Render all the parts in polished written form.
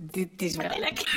dit is wel lekker.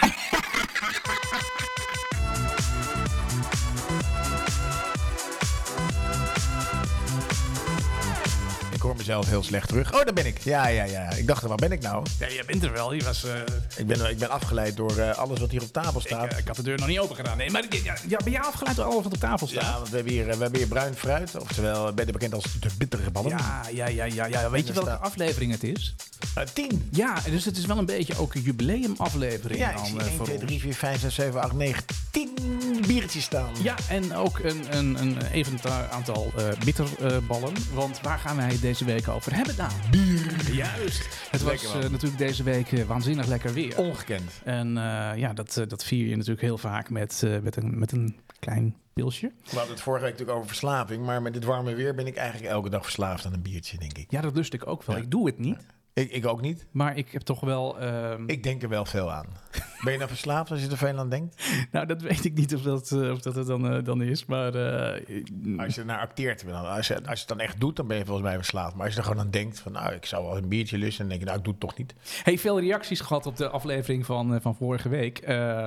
Ik hoor mezelf heel slecht terug. Oh, daar ben ik. Ja. Ik dacht, waar ben ik nou? Ja, jij bent er wel. Je was, Ik ben afgeleid door alles wat hier op tafel staat. ik had de deur nog niet open gedaan. Nee, maar ben jij afgeleid door alles wat op tafel staat? Ja, want we hebben hier bruin fruit. Oftewel, ben je bekend als de bittere ballen. Ja. Weet je welke aflevering het is? 10. Ja, dus het is wel een beetje ook een jubileumaflevering. Ja, dan, ik zie voor 1, 2, ons. 3, 4, 5, 6, 7, 8, 9, 10 biertjes staan. Ja, en ook een even aantal bitterballen. Want waar gaan wij het deze week over hebben, Daan? Bier. Juist. Het Lekker, was man. natuurlijk deze week waanzinnig lekker weer. Ongekend. En dat vier je natuurlijk heel vaak met een klein pilsje. We hadden het vorige week natuurlijk over verslaving. Maar met dit warme weer ben ik eigenlijk elke dag verslaafd aan een biertje, denk ik. Ja, dat lust ik ook wel. Ja. Ik doe het niet, Ik ook niet. maar ik heb toch wel... Ik denk er wel veel aan. Ben je nou verslaafd als je er veel aan denkt? Nou, dat weet ik niet of dat het dan is, maar... Als je ernaar acteert, als je het dan echt doet, dan ben je volgens mij verslaafd. Maar als je er gewoon aan denkt van, nou, ik zou wel een biertje lusten, dan denk je, nou, ik doe het toch niet. Hey, veel reacties gehad op de aflevering van vorige week.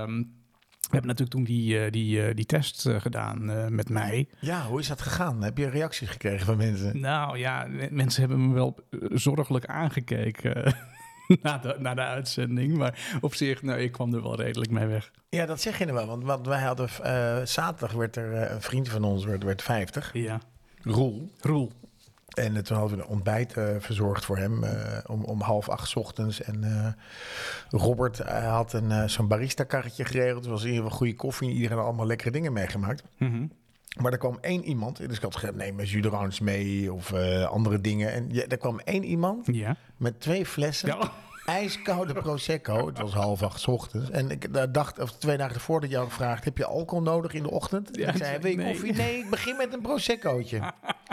We hebben natuurlijk toen die test gedaan met mij. Ja, hoe is dat gegaan? Heb je reacties gekregen van mensen? Nou ja, mensen hebben me wel zorgelijk aangekeken na de uitzending. Maar op zich, ik kwam er wel redelijk mee weg. Ja, dat zeg je nou wel. Want wij hadden zaterdag werd er een vriend van ons werd 50. Ja. Roel. En toen hadden we een ontbijt verzorgd voor hem om 7:30 ochtends. En Robert had zo'n barista-karretje geregeld. Er was in ieder geval goede koffie. Iedereen had allemaal lekkere dingen meegemaakt. Mhm. Maar er kwam één iemand. Dus ik had gezegd, neem jus d'orange mee of andere dingen. En er kwam één iemand Ja. met 2 flessen. Ja. IJskoude Prosecco. Het was 7:30 ochtends. En ik dacht, of 2 dagen ervoor dat je had gevraagd, heb je alcohol nodig in de ochtend? Ja, ik zei, wil je nee. koffie? Nee, ik begin met een Proseccootje.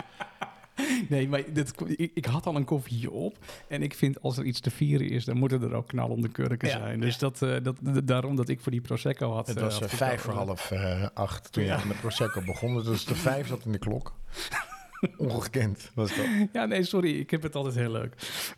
Nee, maar ik had al een koffietje op. En ik vind als er iets te vieren is, dan moeten er ook knallende kurken Ja, zijn. Dus daarom dat ik voor die Prosecco had. Het was had 7:45 toen je met Prosecco begon. Dus de 5 zat in de klok. Ongekend was dat. Ja, nee, sorry. Ik heb het altijd heel leuk.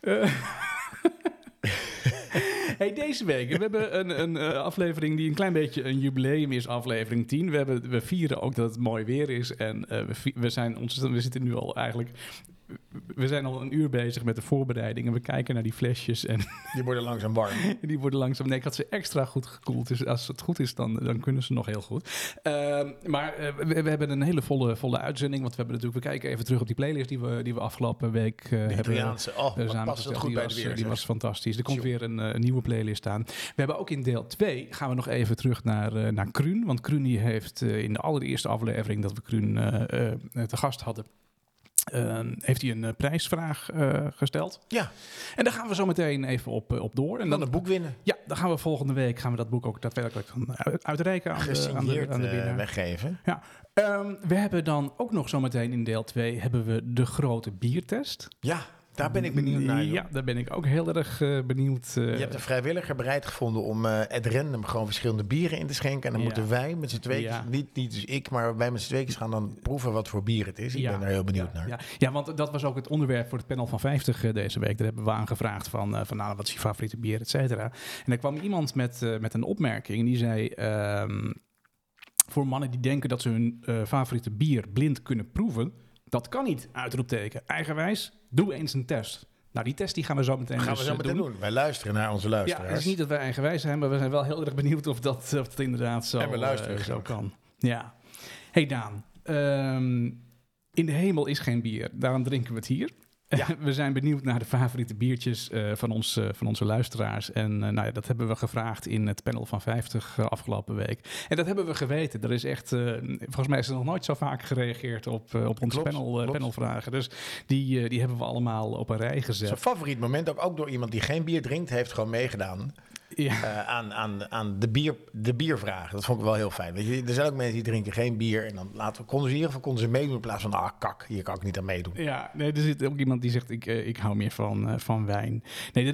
Hey, deze week, we hebben een aflevering die een klein beetje een jubileum is, aflevering 10. We vieren ook dat het mooi weer is en we zitten nu al eigenlijk... We zijn al een uur bezig met de voorbereidingen. We kijken naar die flesjes en Die worden langzaam warm. die worden langzaam... Nee, ik had ze extra goed gekoeld. Dus als het goed is, dan kunnen ze nog heel goed. Maar we hebben een hele volle uitzending. Want we kijken even terug op die playlist die we afgelopen week hebben. Italiaanse. Oh, wat samen past het goed bij de weer. Die was fantastisch. Er komt weer een nieuwe playlist aan. We hebben ook in deel 2 gaan we nog even terug naar Kruun. Want Kruun die heeft in de allereerste aflevering dat we Kruun te gast hadden, heeft hij een prijsvraag gesteld. Ja, En daar gaan we zo meteen even op door. En dan een boek winnen. Ja, dan gaan we volgende week dat boek ook daadwerkelijk uitreiken aan Gesigneerd de winnaar. weggeven. Ja. We hebben dan ook nog zometeen in deel 2 hebben we de grote biertest. Ja, daar ben ik benieuwd naar. Joh. Ja, daar ben ik ook heel erg benieuwd. Je hebt een vrijwilliger bereid gevonden om at random gewoon verschillende bieren in te schenken. En dan moeten wij met z'n tweeën, niet dus ik, maar wij met z'n tweeën gaan dan proeven wat voor bier het is. Ik ben daar heel benieuwd naar. Ja, want dat was ook het onderwerp voor het panel van 50 deze week. Daar hebben we aangevraagd van wat is je favoriete bier, et cetera. En er kwam iemand met een opmerking die zei... voor mannen die denken dat ze hun favoriete bier blind kunnen proeven... Dat kan niet, uitroepteken. Eigenwijs, doe eens een test. Nou, die test die gaan we zo meteen doen. Wij luisteren naar onze luisteraars. Ja, het is niet dat wij eigenwijs zijn, maar we zijn wel heel erg benieuwd of dat inderdaad zo, en we luisteren zo kan. Ja. Hey Daan, in de hemel is geen bier. Daarom drinken we het hier. Ja. We zijn benieuwd naar de favoriete biertjes van onze luisteraars. En dat hebben we gevraagd in het panel van 50 afgelopen week. En dat hebben we geweten. Er is echt, volgens mij is er nog nooit zo vaak gereageerd op onze panelvragen. Dus die hebben we allemaal op een rij gezet. Zijn favoriet moment, ook door iemand die geen bier drinkt, heeft gewoon meegedaan. Ja. Aan de biervraag. Dat vond ik wel heel fijn. Weet je, er zijn ook mensen die drinken geen bier. En dan konden ze meedoen in plaats van, kak, hier kan ik niet aan meedoen. Ja, nee, er zit ook iemand die zegt, ik hou meer van wijn. Nee,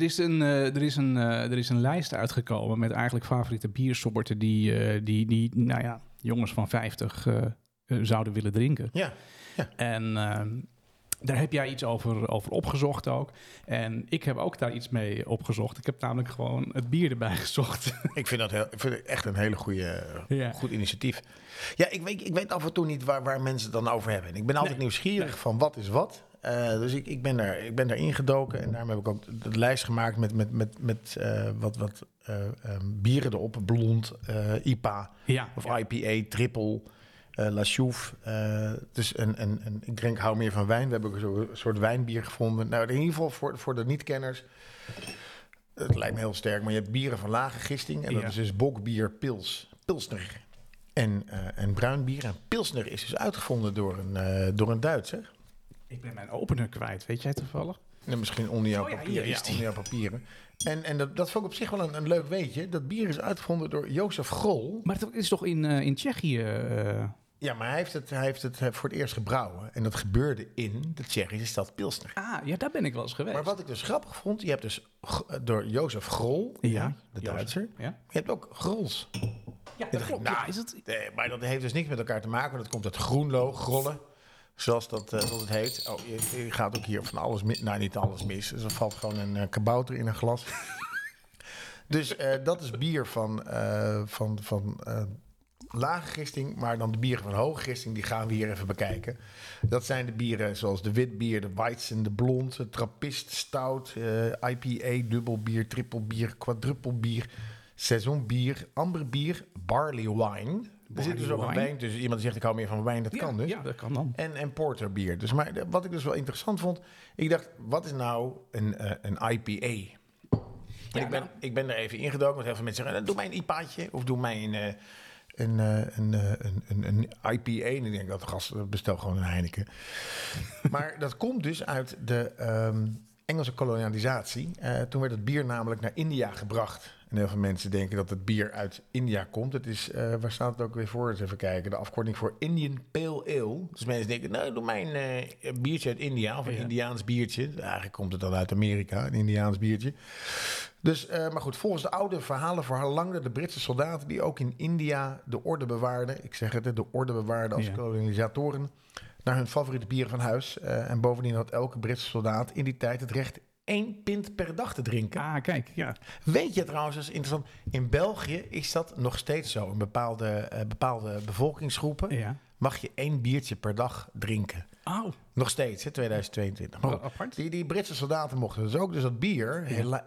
er is een lijst uitgekomen met eigenlijk favoriete biersoorten die jongens van 50 zouden willen drinken. Ja. En Daar heb jij iets over opgezocht ook. En ik heb ook daar iets mee opgezocht. Ik heb namelijk gewoon het bier erbij gezocht. Ik vind het echt een hele goed initiatief. Ja, ik weet af en toe niet waar mensen het dan over hebben. En ik ben altijd nieuwsgierig van wat is wat. Dus ik ben daar ingedoken. En daarom heb ik ook de lijst gemaakt met wat bieren erop. Blond, IPA of IPA, triple... La Chouffe. Dus ik hou meer van wijn. We hebben een soort wijnbier gevonden. Nou, in ieder geval voor de niet-kenners. Het lijkt me heel sterk, maar je hebt bieren van lage gisting. En dat is dus bokbier, pilsner en bruin bier. En pilsner is dus uitgevonden door een Duitser. Ik ben mijn opener kwijt. Weet jij toevallig? En misschien onder jouw papieren. En dat vond ik op zich wel een leuk weetje. Dat bier is uitgevonden door Jozef Grol. Maar dat is toch in Tsjechië... Ja, maar hij heeft het voor het eerst gebrouwen. En dat gebeurde in de Tsjechische stad Pilsner. Ah, ja, daar ben ik wel eens geweest. Maar wat ik dus grappig vond... Je hebt dus door Jozef Grol, de Duitser... Ja. Je hebt ook Grols. Ja, dat klopt. Nou, is het... maar dat heeft dus niks met elkaar te maken. Dat komt uit Groenlo, Grollen. Zoals dat het heet. Oh, je gaat ook hier van alles mis. Nou, niet alles mis. Dus er valt gewoon een kabouter in een glas. Dus dat is bier van lage gisting, maar dan de bieren van hoge gisting, die gaan we hier even bekijken. Dat zijn de bieren zoals de witbier, de Weizen, de blond, de trappist, stout, IPA, dubbelbier, trippelbier, quadruppelbier, saisonbier, amberbier, barley wine. Er zit dus ook een wijn tussen. Iemand die zegt, ik hou meer van wijn, dat kan dus. Ja, dat kan dan. En porterbier. Dus, maar wat ik dus wel interessant vond, ik dacht, wat is nou een IPA? En ik ben er even ingedoken, want heel veel mensen zeggen, doe mij een IPA'tje of doe mij een IPA. En ik denk, dat gast, bestel gewoon een Heineken. Maar dat komt dus uit de Engelse kolonialisatie. Toen werd het bier namelijk naar India gebracht. En heel veel mensen denken dat het bier uit India komt. Het is, waar staat het ook weer voor? Eens even kijken. De afkorting voor Indian Pale Ale. Dus mensen denken, nou, doe mij een biertje uit India. Of een Indiaans biertje. Eigenlijk komt het dan uit Amerika, een Indiaans biertje. Dus, maar goed, volgens de oude verhalen verlangden de Britse soldaten die ook in India de orde bewaarden. Ik zeg het, de orde bewaarden als kolonisatoren. Naar hun favoriete bieren van huis. En bovendien had elke Britse soldaat in die tijd het recht 1 pint per dag te drinken. Ah, kijk, ja. Weet je trouwens, dat is interessant. In België is dat nog steeds zo. In bepaalde bevolkingsgroepen mag je 1 biertje per dag drinken. Oh. Nog steeds, hè, 2022. Maar apart. Die Britse soldaten mochten dus ook. Dus dat bier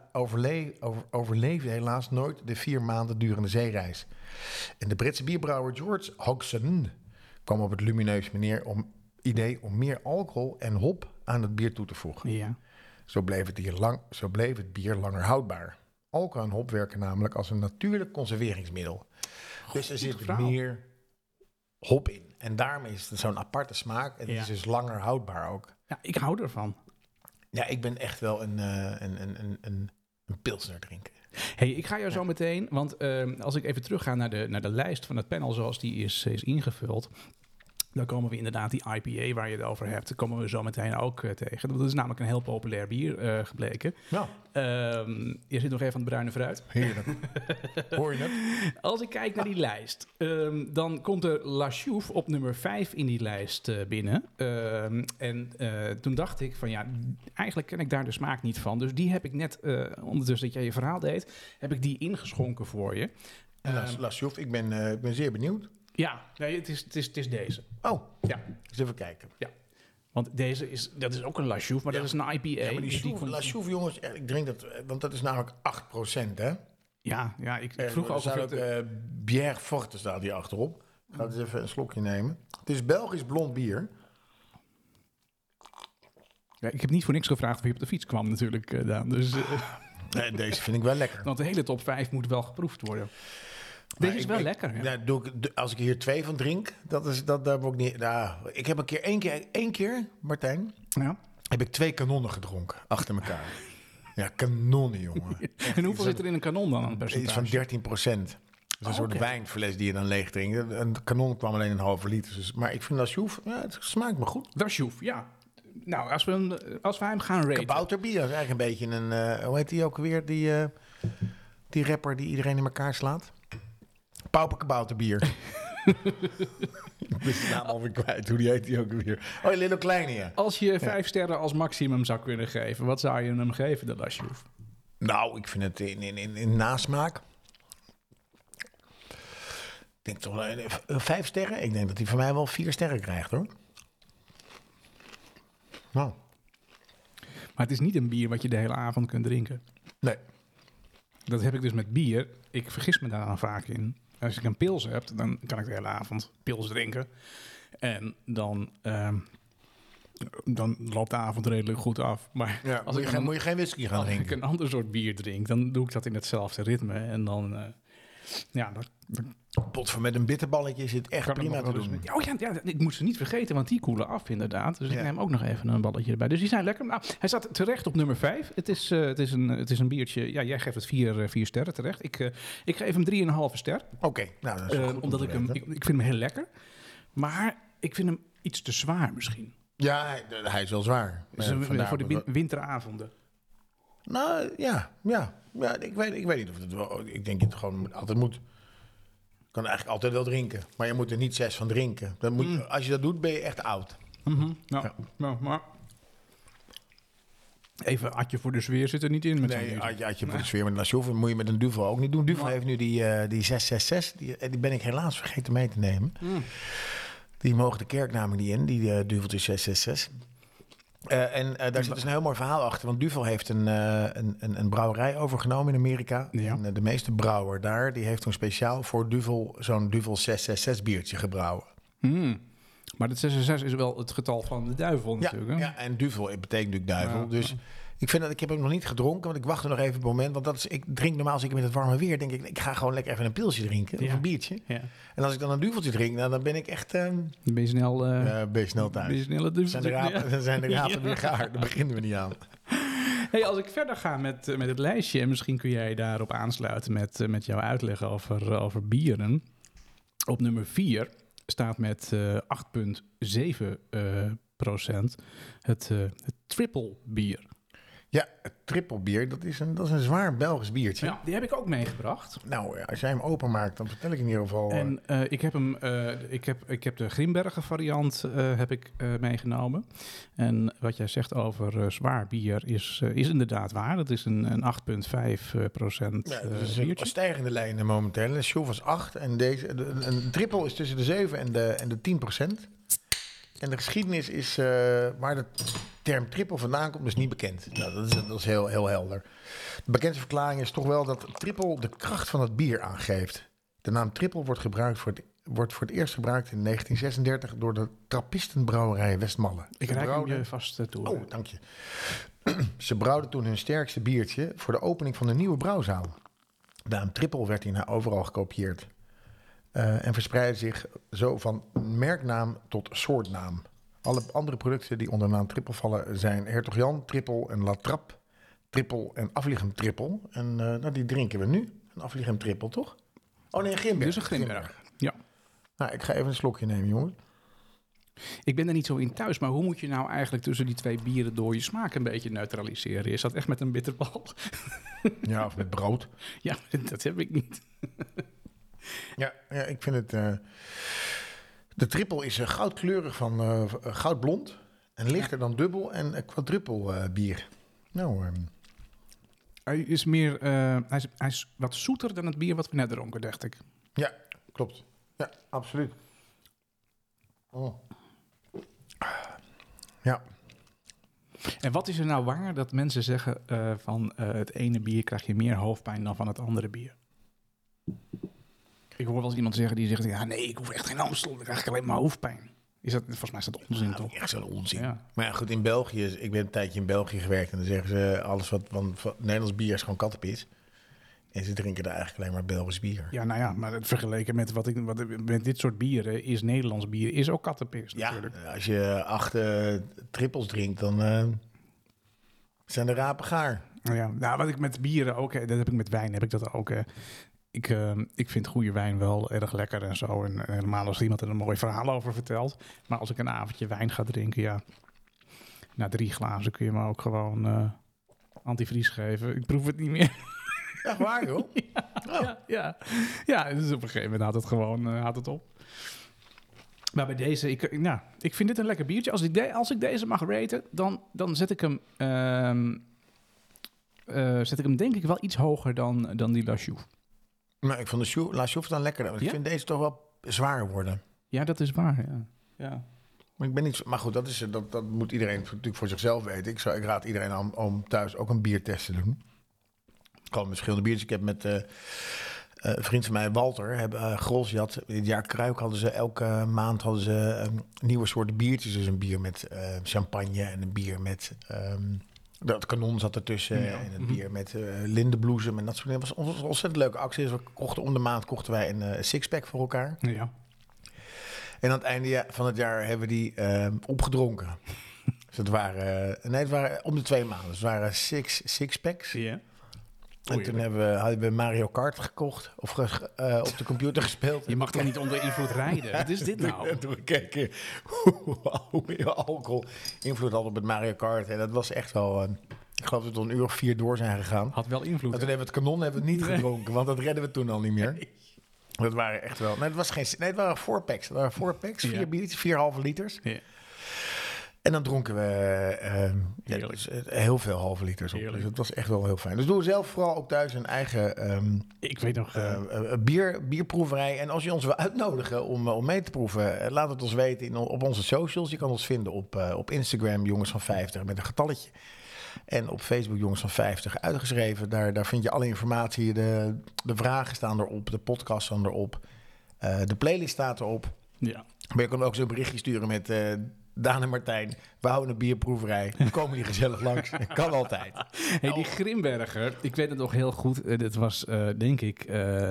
overleefde helaas nooit de 4 maanden durende zeereis. En de Britse bierbrouwer George Hodgson kwam op het lumineus idee om meer alcohol en hop aan het bier toe te voegen. Ja. Zo bleef het bier langer houdbaar. Alcohol en hop werken namelijk als een natuurlijk conserveringsmiddel. Dus er zit meer hop in. En daarom is het zo'n aparte smaak. En het is dus langer houdbaar ook. Ja, ik hou ervan. Ja, ik ben echt wel een pilsner drinker. Hey, ik ga jou zo meteen, want als ik even terugga naar de lijst van het panel zoals die is ingevuld, dan komen we inderdaad die IPA waar je het over hebt, komen we zo meteen ook tegen. Dat is namelijk een heel populair bier gebleken. Ja. Je zit nog even aan het bruine fruit. Heerlijk. Hoor je het? Als ik kijk naar die lijst, dan komt er La Chouffe op nummer 5 in die lijst binnen. Toen dacht ik van ja, eigenlijk ken ik daar de smaak niet van. Dus die heb ik net, ondertussen dat jij je verhaal deed, heb ik die ingeschonken voor je. La Chouffe, ik ben zeer benieuwd. Ja, nee, het is deze. Oh, ja. Eens even kijken. Ja. Want dat is ook een La Chouffe, maar dat is een IPA. Ja, maar die La Chouffe, jongens, ik drink dat, want dat is namelijk 8%, hè? Ja, ik vroeg ook of het... Bière Forte staat hier achterop. Ik ga eens even een slokje nemen. Het is Belgisch blond bier. Ja, ik heb niet voor niks gevraagd of je op de fiets kwam natuurlijk, Daan. Dus, nee, deze vind ik wel lekker. Want de hele top 5 moet wel geproefd worden. Deze is wel lekker. Ja. Ja, als ik hier 2 van drink, daar word ik niet... Nou, ik heb één keer, Martijn, heb ik 2 kanonnen gedronken achter elkaar. Ja, kanonnen, jongen. En hoeveel zit er in een kanon dan? Een percentage? Iets van 13%. Dus een soort wijnfles die je dan leeg drinkt. Een kanon kwam alleen een halve liter. Dus, maar ik vind La Chouffe, het smaakt me goed. La Chouffe, ja. Nou, als we hem gaan raten. Kabouterbier is eigenlijk een beetje een... hoe heet die ook weer? Die rapper die iedereen in elkaar slaat? Pauperkabouterbier. Ik ben de naam alweer kwijt. Hoe die heet die ook weer? Oh, Little Kleine, ja. Als je 5 sterren als maximum zou kunnen geven, wat zou je hem geven, de Lasjouf? Nou, ik vind het in nasmaak. Ik denk toch 5 sterren. Ik denk dat hij van mij wel 4 sterren krijgt, hoor. Nou. Maar het is niet een bier wat je de hele avond kunt drinken. Nee. Dat heb ik dus met bier. Ik vergis me daar dan vaak in. Als ik een pils heb, dan kan ik de hele avond pils drinken. En dan loopt de avond redelijk goed af. Maar Ja, als moet je geen whisky gaan drinken. Als ik een ander soort bier drink, dan doe ik dat in hetzelfde ritme. En dan, Pot van met een bitterballetje is het echt kan prima ik te nog wel doen. eens ik moet ze niet vergeten, want die koelen af inderdaad. Dus ik neem ook nog even een balletje erbij. Dus die zijn lekker. Nou, hij staat terecht op nummer 5. Het is een biertje. Ja, jij geeft het 4 sterren terecht. Ik geef hem 3,5 ster. Oké, nou, dat is goed Omdat ik vind hem heel lekker. Maar ik vind hem iets te zwaar misschien. Ja, hij is wel zwaar. Dus voor de winteravonden. Nou, ja, ik weet niet of het wel... Ik denk dat het gewoon altijd moet. Je kan eigenlijk altijd wel drinken. Maar je moet er niet 6 van drinken. Als je dat doet, ben je echt oud. Nou, maar... Even Adje voor de sfeer zit er niet in. Nee, Adje voor de sfeer met Lasjouf moet je met een Duvel ook niet doen. Duvel heeft nu die 666. Die ben ik helaas vergeten mee te nemen. Die mogen de kerk namelijk niet in, die Duveltje 666. Daar zit dus een heel mooi verhaal achter. Want Duvel heeft een brouwerij overgenomen in Amerika. Ja. En de meeste brouwer daar, die heeft toen speciaal voor Duvel zo'n Duvel 666 biertje gebrouwen. Maar dat 666 is wel het getal van de duivel natuurlijk. Hè? Ja, en Duvel betekent natuurlijk duivel. Ja. Dus ik heb hem nog niet gedronken, want ik wacht er nog even op het moment. Want ik drink normaal, als ik met het warme weer, denk ik ga gewoon lekker even een pilsje drinken. Of een biertje. Ja. En als ik dan een Duveltje drink, nou, dan ben ik echt... ben je snel thuis. Ben je snel het zijn de rapen weer gaar. Daar beginnen we niet aan. Hey, als ik verder ga met het lijstje, en misschien kun jij daarop aansluiten met jouw uitleg over bieren. Op nummer 4 staat met 8,7% het triple bier. Ja, het triple bier, dat is een zwaar Belgisch biertje. Ja, die heb ik ook meegebracht. Nou, als jij hem openmaakt, dan vertel ik in ieder geval... En ik heb de Grimbergen variant heb ik meegenomen. En wat jij zegt over zwaar bier is inderdaad waar. Dat is een 8,5% dus biertje. Een stijgende lijn momenteel. De show was 8 en een triple is tussen de 7 en de 10%. En de geschiedenis is waar de term triple vandaan komt, is niet bekend. Nou, dat is heel, heel helder. De bekendste verklaring is toch wel dat triple de kracht van het bier aangeeft. De naam triple wordt voor het eerst gebruikt in 1936 door de Trappistenbrouwerij Westmalle. Ik reik hem je vast toe. Oh, dank je. Ze brouwden toen hun sterkste biertje voor de opening van de nieuwe brouwzaal. De naam triple werd hierna overal gekopieerd. En verspreidde zich zo van merknaam tot soortnaam. Alle andere producten die onder de naam triple vallen zijn Hertog Jan, triple en La Trappe, triple en Afligem triple. En die drinken we nu. Een Afligem triple, toch? Oh nee, Grimberg. Dus een Grimberg, ja. Nou, ik ga even een slokje nemen, jongen. Ik ben er niet zo in thuis, maar hoe moet je nou eigenlijk tussen die twee bieren door je smaak een beetje neutraliseren? Is dat echt met een bitterbal? Ja, of met brood. Ja, dat heb ik niet. Ja, ik vind het... de triple is goudkleurig van goudblond. En lichter dan dubbel en quadruppel bier. Nou... Hij is meer... hij is wat zoeter dan het bier wat we net dronken, dacht ik. Ja, klopt. Ja, absoluut. Oh. Ja. En wat is er nou waar dat mensen zeggen van het ene bier krijg je meer hoofdpijn dan van het andere bier? Ik hoor wel eens iemand zeggen die zegt, ja nee, ik hoef echt geen Amstel, dan krijg ik alleen maar hoofdpijn. Volgens mij is dat onzin, toch? Echt zo'n onzin. Ja. Maar ja, goed, in België, ik ben een tijdje in België gewerkt en dan zeggen ze alles wat Nederlands bier is gewoon kattenpis. En ze drinken daar eigenlijk alleen maar Belgisch bier. Ja, nou ja, maar vergeleken met met dit soort bieren is Nederlands bier is ook kattenpis natuurlijk. Ja, als je 8 trippels drinkt, dan zijn de rapen gaar. Nou, wat ik met bieren ook, dat heb ik met wijn, heb ik dat ook. Ik vind goede wijn wel erg lekker en zo. En helemaal als iemand er een mooi verhaal over vertelt. Maar als ik een avondje wijn ga drinken, ja, na 3 glazen kun je me ook gewoon antivries geven. Ik proef het niet meer. Echt waar, joh? Ja, dus op een gegeven moment houdt het op. Maar bij deze, ik vind dit een lekker biertje. Als ik deze mag raten, dan zet ik hem denk ik wel iets hoger dan die La Chouffe. Maar ik vond de La Chouffe dan lekkerder. Ik vind deze toch wel zwaar worden. Ja, dat is waar, ja. Maar ik ben niet... Maar goed, dat moet iedereen natuurlijk voor zichzelf weten. Ik raad iedereen aan om thuis ook een biertest te doen. Gewoon verschillende biertjes. Ik heb met een vriend van mij, Walter, Grolsjat. Dit jaar Kruik hadden ze elke maand nieuwe soorten biertjes. Dus een bier met champagne en een bier met... dat kanon zat ertussen en een bier met lindenbloesem en dat soort dingen. Het was een ontzettend leuke actie. Dus we kochten om de maand wij een sixpack voor elkaar. Ja. En aan het einde van het jaar hebben we die opgedronken. Dus het waren om de 2 maanden. Dus het waren sixpacks. Ja. En toen hadden we Mario Kart gekocht of op de computer gespeeld. Je mag toch niet onder invloed rijden? Wat is dit nou? En toen we keken hoe meer alcohol invloed had op het Mario Kart. En dat was echt wel... ik geloof dat we 1 uur of 4 door zijn gegaan. Had wel invloed. En toen hebben we het kanon niet gedronken, want dat redden we toen al niet meer. Dat waren echt wel... Nee, het waren 4-packs. Het waren 4-packs, 4 biertjes, 4,5 liters. Ja. En dan dronken we heel veel halve liters op. Heerlijk. Dus het was echt wel heel fijn. Dus doe zelf vooral ook thuis een eigen ik weet nog, bierproeverij. En als je ons wil uitnodigen om mee te proeven, laat het ons weten op onze socials. Je kan ons vinden op Instagram, Jongens van 50, met een getalletje. En op Facebook, Jongens van 50, uitgeschreven. Daar vind je alle informatie. De vragen staan erop, de podcast staan erop. De playlist staat erop. Ja. Maar je kan ook zo'n berichtje sturen met... Daan en Martijn, we houden een bierproeverij. We komen hier gezellig langs. Kan altijd. Hey, die Grimberger, ik weet het nog heel goed. Dit was, denk ik,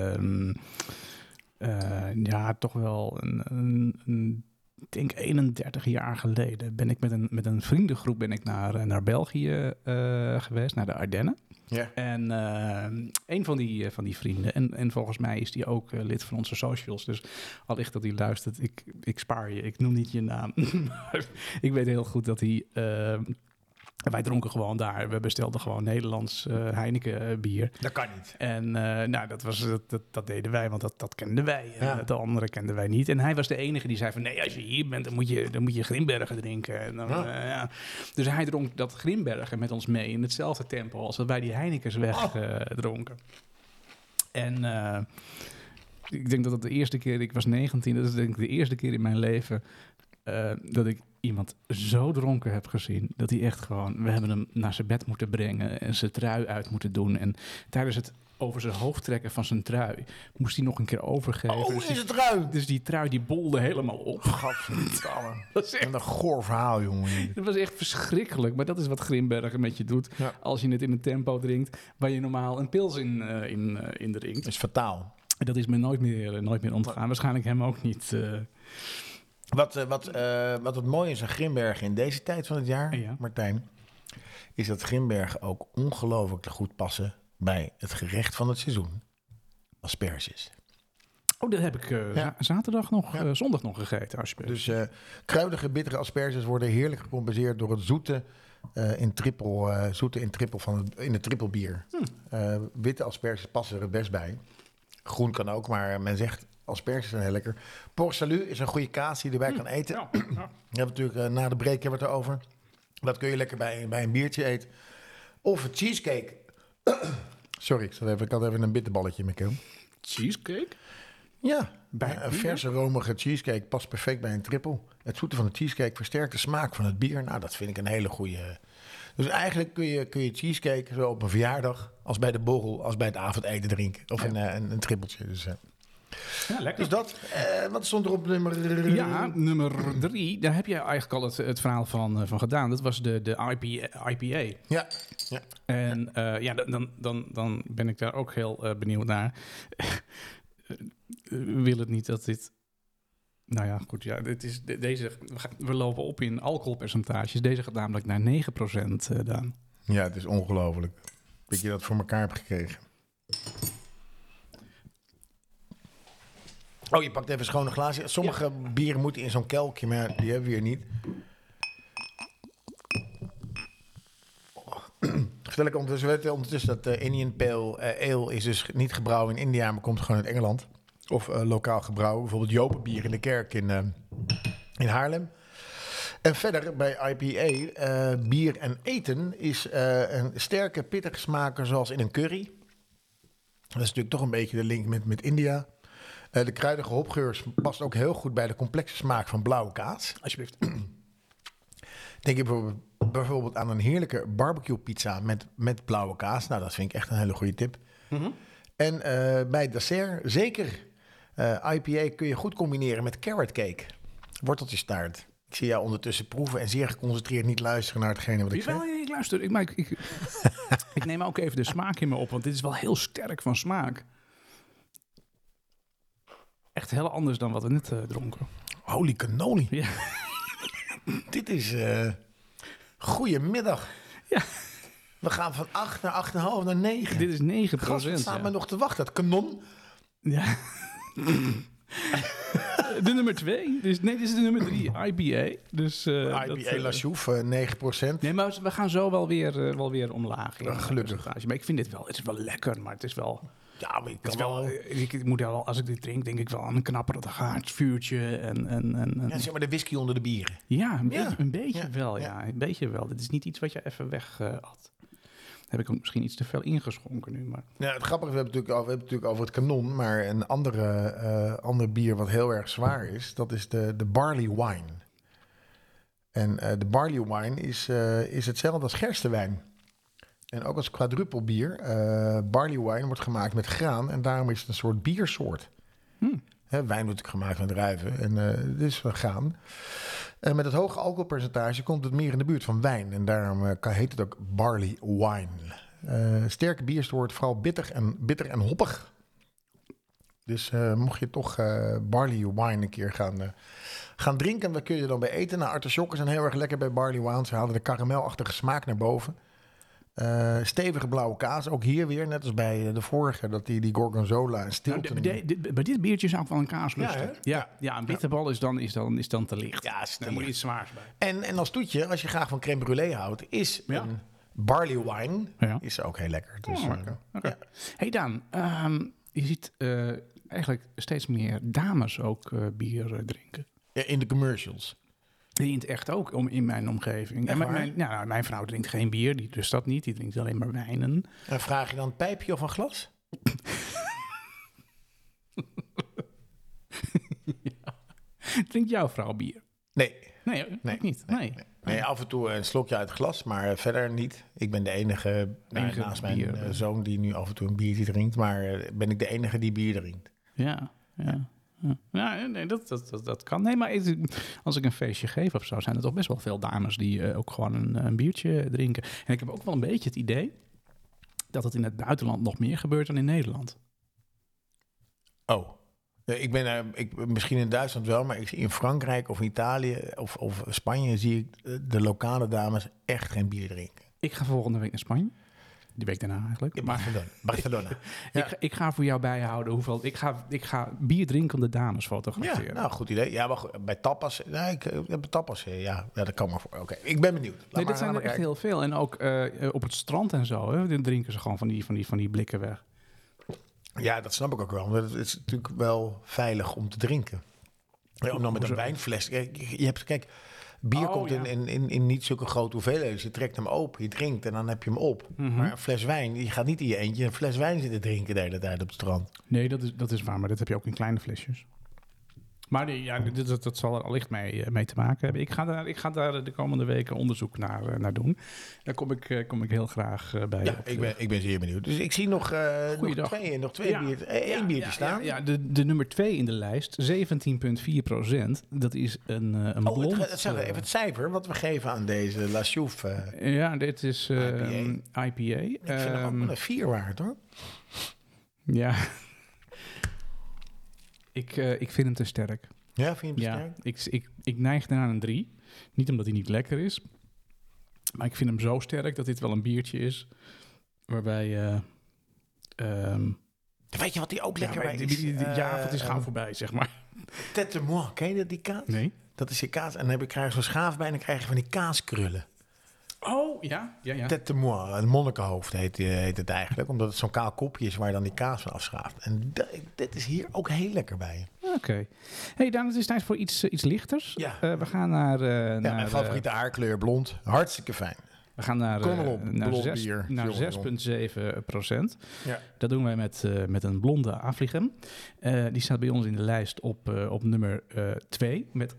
toch wel ik denk 31 jaar geleden ben ik met een vriendengroep naar België geweest, naar de Ardennen. Ja. En een van die vrienden, en volgens mij is die ook lid van onze socials, dus allicht dat hij luistert, ik spaar je, ik noem niet je naam. Maar ik weet heel goed dat hij... wij dronken gewoon daar. We bestelden gewoon Nederlands Heineken bier. Dat kan niet. En dat deden wij, want dat kenden wij. Ja. De andere kenden wij niet. En hij was de enige die zei van... nee, als je hier bent, dan moet je Grimbergen drinken. En dan, Dus hij dronk dat Grimbergen met ons mee in hetzelfde tempo... als dat wij die Heinekens dronken. En ik denk dat het de eerste keer... Ik was 19, dat is denk ik de eerste keer in mijn leven... dat ik iemand zo dronken heb gezien... dat hij echt gewoon... We hebben hem naar zijn bed moeten brengen... en zijn trui uit moeten doen. En tijdens het over zijn hoofd trekken van zijn trui... moest hij nog een keer overgeven. Oh, dus is het trui? Dus die trui die bolde helemaal op. Gadverdamme. Dat is echt een goor verhaal, jongen. Dat was echt verschrikkelijk. Maar dat is wat Grimbergen met je doet... als je het in een tempo drinkt... waar je normaal een pils in drinkt. Dat is fataal. Dat is me nooit meer ontgaan. Waarschijnlijk hem ook niet... Wat het mooie is aan Grimbergen in deze tijd van het jaar, Martijn... is dat Grimbergen ook ongelooflijk goed passen... bij het gerecht van het seizoen. Asperges. Oh, dat heb ik zondag nog gegeten, asperges. Dus kruidige, bittere asperges worden heerlijk gecompenseerd... door het zoete in trippel in het trippelbier. Witte asperges passen er het best bij. Groen kan ook, maar men zegt... asperges zijn heel lekker. Port Salut is een goede kaas die je erbij kan eten. Ja. Je hebt natuurlijk na de break hebben we het erover. Dat kun je lekker bij een biertje eten. Of een cheesecake. Sorry, ik had even een bitterballetje in mijn keel. Cheesecake? Ja, een verse romige cheesecake past perfect bij een trippel. Het zoete van de cheesecake versterkt de smaak van het bier. Nou, dat vind ik een hele goede... Dus eigenlijk kun je cheesecake zo op een verjaardag... als bij de borrel, als bij het avondeten drinken. Of een trippeltje. Dus... Ja, lekker. Dus dat. Wat stond er op nummer... Ja, nummer 3. Daar heb je eigenlijk al het verhaal van gedaan. Dat was de IPA. Ja. En dan ben ik daar ook heel benieuwd naar. Wil het niet dat dit... Nou ja, goed. Ja, we lopen op in alcoholpercentages. Deze gaat namelijk naar 9%, Daan. Ja, het is ongelooflijk dat je dat voor elkaar hebt gekregen. Oh, je pakt even schone glazen. Sommige bieren moeten in zo'n kelkje, maar die hebben we hier niet. Vertel ik ondertussen dat Indian Pale Ale is dus niet gebrouwen in India, maar komt gewoon uit Engeland. Of lokaal gebrouwen. Bijvoorbeeld Jopenbier in de kerk in Haarlem. En verder bij IPA, bier en eten is een sterke, pittige smaker zoals in een curry. Dat is natuurlijk toch een beetje de link met India. De kruidige hopgeur past ook heel goed bij de complexe smaak van blauwe kaas. Alsjeblieft. Denk je bijvoorbeeld aan een heerlijke barbecue pizza met blauwe kaas. Nou, dat vind ik echt een hele goede tip. Mm-hmm. En bij dessert, zeker IPA kun je goed combineren met carrot cake. Worteltjestaart. Ik zie jou ondertussen proeven en zeer geconcentreerd niet luisteren naar hetgene wat ik zeg. Ik luister. Ik neem ook even de smaak in me op, want dit is wel heel sterk van smaak. Echt heel anders dan wat we net dronken. Holy cannoli. Ja. Dit is goedemiddag. Ja. We gaan van 8 naar 8,5 naar 9. Dit is 9%. Gast, wat staat me nog te wachten? Dat kanon. Ja. De nummer 2. Dus, nee, dit is de nummer 3. IPA. Dus, IPA La Chouffe, 9%. Nee, maar we gaan zo wel weer omlaag. Gelukkig. Maar ik vind dit wel, het is wel lekker, maar het is wel... Ja, maar ik moet wel, als ik dit drink, denk ik wel aan een knapperig gaardsvuurtje. Ja, zeg maar de whisky onder de bieren. Ja, een beetje wel. Ja, een beetje wel. Dit is niet iets wat je even weg had. Heb ik ook misschien iets te veel ingeschonken nu. Maar... Ja, het grappige, we hebben het natuurlijk over het kanon, maar een ander bier wat heel erg zwaar is, dat is de barley wine. En de barley wine is hetzelfde als gerstewijn. En ook als quadrupelbier. Barley wine wordt gemaakt met graan en daarom is het een soort biersoort. Wijn wordt natuurlijk gemaakt met druiven en dit is van graan. Met het hoge alcoholpercentage komt het meer in de buurt van wijn. En daarom heet het ook barley wine. Sterke biersoort, vooral bitter en hoppig. Dus mocht je toch barley wine een keer gaan drinken, wat kun je er dan bij eten? Nou, artisjokken zijn heel erg lekker bij barley wine. Ze halen de karamelachtige smaak naar boven. Stevige blauwe kaas, ook hier weer, net als bij de vorige, dat die gorgonzola en Stilton. Bij dit biertje zou ik wel een kaas lusten. Ja, een bitterbal is dan te licht. Ja, daar moet je iets zwaars bij. En als toetje, als je graag van crème brûlée houdt, is een barley wine is ook heel lekker. Dus, okay. Ja. Hey Daan, je ziet eigenlijk steeds meer dames ook bier drinken. Ja, in de commercials. In het echt ook in mijn omgeving. En mijn vrouw drinkt geen bier, die lust dat niet. Die drinkt alleen maar wijnen. En vraag je dan een pijpje of een glas? Ja. Drinkt jouw vrouw bier? Nee. Nee, niet. Nee, af en toe een slokje uit het glas, maar verder niet. Ik ben de enige naast mijn zoon die nu af en toe een biertje drinkt. Maar ben ik de enige die bier drinkt. Ja. Ja, nee, dat kan. Nee, maar als ik een feestje geef of zo, zijn er toch best wel veel dames die ook gewoon een biertje drinken. En ik heb ook wel een beetje het idee dat het in het buitenland nog meer gebeurt dan in Nederland. Oh, misschien in Duitsland wel, maar ik zie in Frankrijk of Italië of Spanje zie ik de lokale dames echt geen bier drinken. Ik ga volgende week naar Spanje. Die week daarna eigenlijk. Ja, Barcelona. Ja. Ik ga voor jou bijhouden hoeveel... Ik ga bier drinkende dames fotograferen. Ja, nou, goed idee. Ja, maar bij tapas... Nee, ik heb tapas. Ja, dat kan maar voor. Oké, ik ben benieuwd. Dat zijn er echt heel veel. En ook op het strand en zo. Hè, dan drinken ze gewoon van die blikken weg. Ja, dat snap ik ook wel. Want het is natuurlijk wel veilig om te drinken. Ja, om dan met een wijnfles... Kijk, bier komt in niet zulke grote hoeveelheden. Dus je trekt hem open, je drinkt en dan heb je hem op. Mm-hmm. Maar een fles wijn, je gaat niet in je eentje een fles wijn zitten drinken de hele tijd op het strand. Nee, dat is waar, maar dat heb je ook in kleine flesjes. Maar dat zal er allicht mee te maken hebben. Ik ga daar de komende weken onderzoek naar doen. Daar kom ik heel graag bij. Ja, ik ben zeer benieuwd. Dus ik zie nog twee biertje staan. Ja, de nummer 2 in de lijst, 17,4%. Dat is een blond... Even het cijfer wat we geven aan deze La Chouffe. Ja, dit is IPA. Ik vind hem ook wel een 4 waard, hoor. Ja... Ik vind hem te sterk. Ja, vind je hem te sterk? Ik neig naar een 3. Niet omdat hij niet lekker is. Maar ik vind hem zo sterk dat dit wel een biertje is. Waarbij... Weet je wat die ook lekker is? Die avond is gauw voorbij, zeg maar. Tête de moine, ken je die kaas? Nee. Dat is je kaas. En dan krijg je zo'n schaaf bij en dan krijg je van die kaaskrullen. Oh, ja. Tête de moine, een monnikenhoofd heet het eigenlijk. Omdat het zo'n kaal kopje is waar je dan die kaas van afschraapt. En dit is hier ook heel lekker bij. Oké. Hey Daan, het is tijd voor iets lichters. Ja. We gaan naar... Mijn favoriete haarkleur, blond. Hartstikke fijn. We gaan naar 6,7%. Ja. Dat doen wij met een blonde Afligem. Die staat bij ons in de lijst op nummer 2 met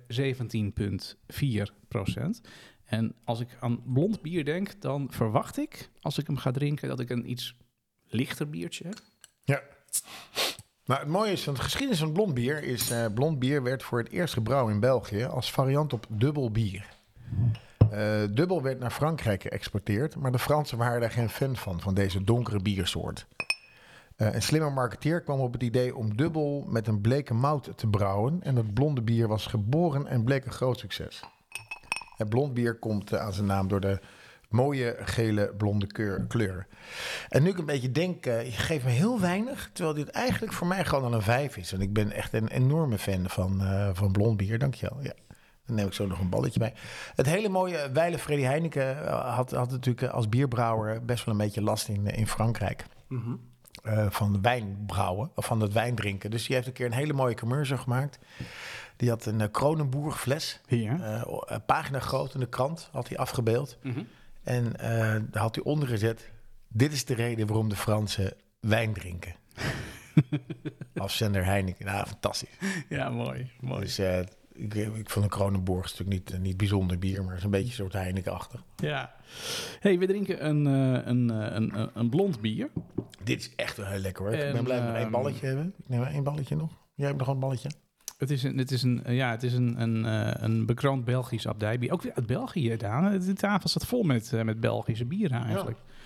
17,4%. En als ik aan blond bier denk, dan verwacht ik, als ik hem ga drinken, dat ik een iets lichter biertje heb. Ja. Nou, het mooie is van de geschiedenis van blond bier is... blond bier werd voor het eerst gebrouwen in België als variant op dubbel bier. Dubbel werd naar Frankrijk geëxporteerd, maar de Fransen waren daar geen fan van deze donkere biersoort. Een slimme marketeer kwam op het idee om dubbel met een bleke mout te brouwen en het blonde bier was geboren en bleek een groot succes. Het blond bier komt aan zijn naam door de mooie gele blonde kleur. En nu ik een beetje denk, je geeft me heel weinig, terwijl dit eigenlijk voor mij gewoon al een 5 is. En ik ben echt een enorme fan van blond bier, dankjewel. Ja. Dan neem ik zo nog een balletje bij. Het hele mooie Wijle Freddy Heineken had natuurlijk als bierbrouwer best wel een beetje last in Frankrijk. Mm-hmm. Van wijnbrouwen, of van het wijndrinken. Dus die heeft een keer een hele mooie commercial gemaakt. Die had een Kronenbourg fles. Ja. Pagina groot in de krant had hij afgebeeld. Mm-hmm. En daar had hij onder gezet: dit is de reden waarom de Fransen wijn drinken. Afzender Heineken. Nou, fantastisch. Ja, mooi. Dus ik vond een Kronenbourg is natuurlijk niet bijzonder bier, maar het is een beetje een soort Heineken-achtig. Ja. Hey, we drinken een blond bier. Dit is echt wel heel lekker hoor. Ik ben blij dat we nog 1 balletje hebben. Ik neem 1 balletje nog. Jij hebt nog een balletje? Het is een bekroond Belgisch abdijbier. Ook weer uit België, Daan. De tafel staat vol met Belgische bieren eigenlijk. Ja.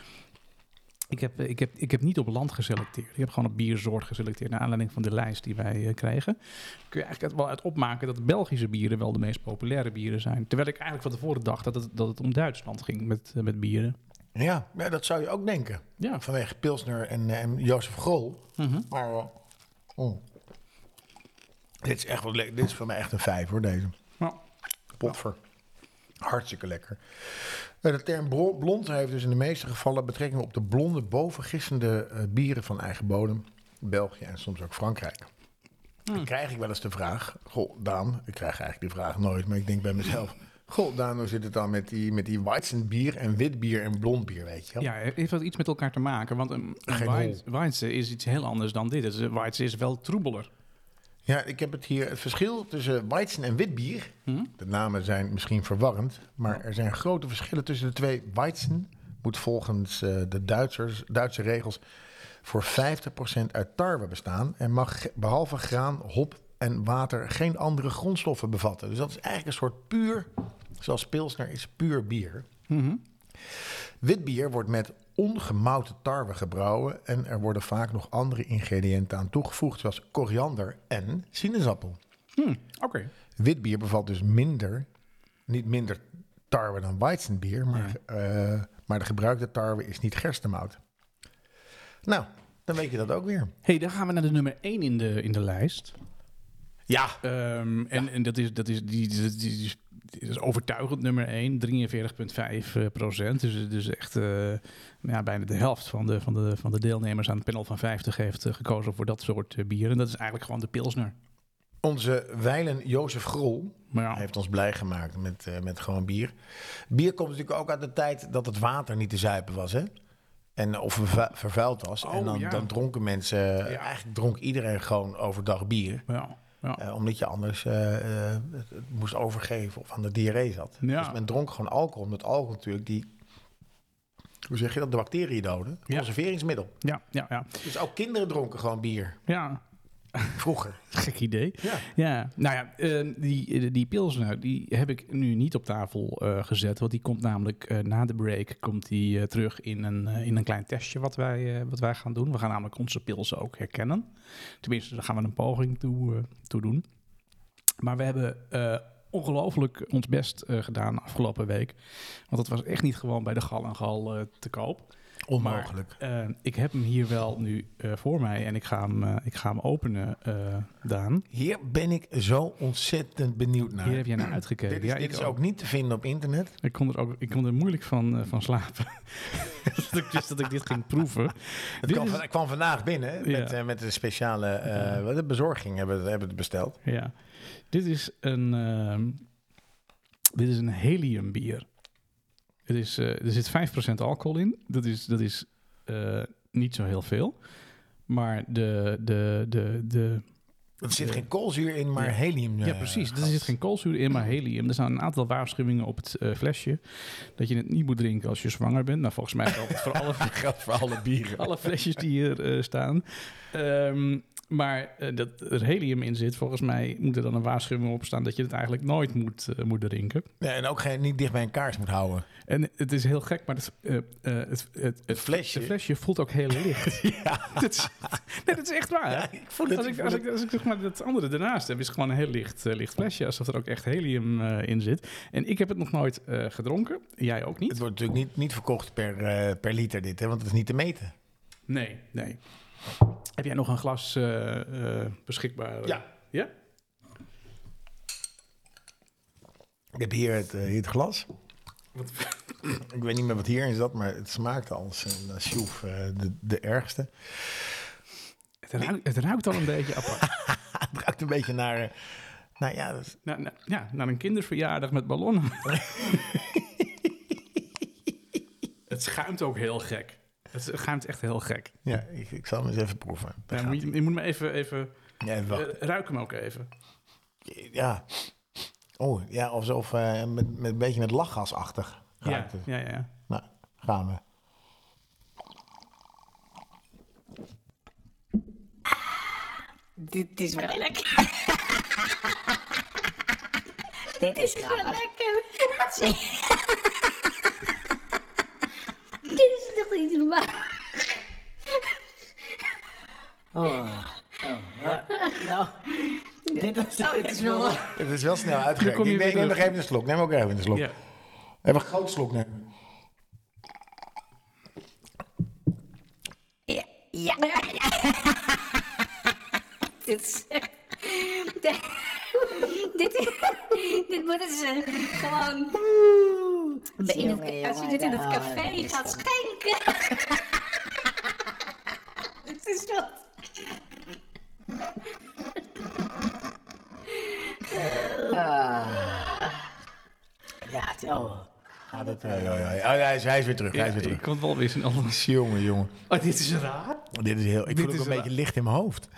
Ik heb niet op land geselecteerd. Ik heb gewoon op biersoort geselecteerd naar aanleiding van de lijst die wij kregen. Kun je eigenlijk wel uit opmaken dat de Belgische bieren wel de meest populaire bieren zijn. Terwijl ik eigenlijk van tevoren dacht dat het om Duitsland ging met bieren. Ja, dat zou je ook denken. Ja. Vanwege Pilsner en Jozef Grol. Mm-hmm. Maar dit is echt wel lekker. Dit is voor mij echt een 5 hoor, deze. Ja. Potver. Hartstikke lekker. De term blond heeft dus in de meeste gevallen betrekking op de blonde, bovengissende bieren van eigen bodem. België en soms ook Frankrijk. Dan krijg ik wel eens de vraag, goh Daan, ik krijg eigenlijk die vraag nooit, maar ik denk bij mezelf, goh Daan, hoe zit het dan met die Weizenbier en witbier en blond bier, weet je wel? Ja, heeft dat iets met elkaar te maken? Want een Weizen is iets heel anders dan dit. Dus Weizen is wel troebeler. Ja, ik heb het hier. Het verschil tussen Weizen en witbier. De namen zijn misschien verwarrend, maar er zijn grote verschillen tussen de twee. Weizen moet volgens de Duitse regels voor 50% uit tarwe bestaan en mag behalve graan, hop en water geen andere grondstoffen bevatten. Dus dat is eigenlijk een soort puur, zoals Pilsner is, puur bier. Mm-hmm. Witbier wordt met ongemouten tarwe gebrouwen en er worden vaak nog andere ingrediënten aan toegevoegd, zoals koriander en sinaasappel. Okay. Witbier bevat dus niet minder tarwe dan Weizenbier, maar de gebruikte tarwe is niet gerstemout. Nou, dan weet je dat ook weer. Hey, dan gaan we naar de nummer 1 in de lijst. Ja. En dat is overtuigend nummer 1, 43,5%. Dus echt bijna de helft van de deelnemers aan het panel van 50 heeft gekozen voor dat soort bieren. En dat is eigenlijk gewoon de Pilsner. Onze wijlen Jozef Grol heeft ons blij gemaakt met gewoon bier. Bier komt natuurlijk ook uit de tijd dat het water niet te zuipen was, hè? En of vervuild was. En dan dronken mensen... Eigenlijk dronk iedereen gewoon overdag bier. Ja. Ja. Omdat je anders het moest overgeven of aan de diarree zat. Ja. Dus men dronk gewoon alcohol. Omdat alcohol natuurlijk hoe zeg je dat? De bacteriën doden. Conserveringsmiddel. Ja. Dus ook kinderen dronken gewoon bier. Ja. Vroeger. Gek idee. Ja. Nou ja, die Pilsner, die heb ik nu niet op tafel gezet. Want die komt namelijk na de break terug in een klein testje wat wij gaan doen. We gaan namelijk onze pilsen ook herkennen. Tenminste, daar gaan we een poging toe doen. Maar we hebben ongelooflijk ons best gedaan afgelopen week. Want het was echt niet gewoon bij de Gal en Gal te koop. Onmogelijk. Maar ik heb hem hier wel nu voor mij en ik ga hem openen, Daan. Hier ben ik zo ontzettend benieuwd naar. Hier heb jij naar uitgekeken. Dit is ook niet te vinden op internet. Ik kon er moeilijk van slapen. dat ik dit ging proeven. Het kwam vandaag binnen met een speciale de bezorging hebben het besteld. Ja, dit is een heliumbier. Er zit 5% alcohol in. Dat is niet zo heel veel. Maar er zit geen koolzuur in, maar helium. Ja, precies. Er zit geen koolzuur in, maar helium. Er staan een aantal waarschuwingen op het flesje. Dat je het niet moet drinken als je zwanger bent. Nou, volgens mij geldt het voor alle bieren. Alle flesjes die hier staan. Maar dat er helium in zit, volgens mij moet er dan een waarschuwing op staan dat je het eigenlijk nooit moet drinken. Ja, en ook niet dicht bij een kaars moet houden. En het is heel gek, maar het flesje voelt ook heel licht. Ja. dat is echt waar. Ja, ik voel het. Als ik zeg maar dat andere ernaast heb, is het gewoon een heel licht flesje. Alsof er ook echt helium in zit. En ik heb het nog nooit gedronken. Jij ook niet. Het wordt natuurlijk niet verkocht per liter dit, hè, want het is niet te meten. Nee. Heb jij nog een glas beschikbaar? Ja. Ja? Ik heb hier het glas. Ik weet niet meer wat hierin zat, maar het smaakte als een sjoef de ergste. Het ruikt al een beetje apart. Het ruikt een beetje naar... naar een kinderverjaardag met ballonnen. Het schuimt ook heel gek. Het schuimt echt heel gek. Ja, ik zal hem eens even proeven. Ja, je moet me even ruik hem ook even. Ja. Oh, ja, alsof met een beetje met lachgasachtig. Ja. Nou, gaan we. Dit is wel lekker. Dit is wel lekker. Dit is toch niet normaal. Dit is wel... Het is wel snel uitgewerkt. Ik neem nog even een slok. Neem ook even een slok. Ja. Even een groot slok nemen. Ja. Dit moeten ze gewoon... Als je dit in het café gaat schenken... Het is wel... Ja, zo. Hij is weer terug. Ik kon wel weer zijn anders. Jongen. Oh, dit is raar. Dit is heel... Ik voel ook een beetje licht in mijn hoofd.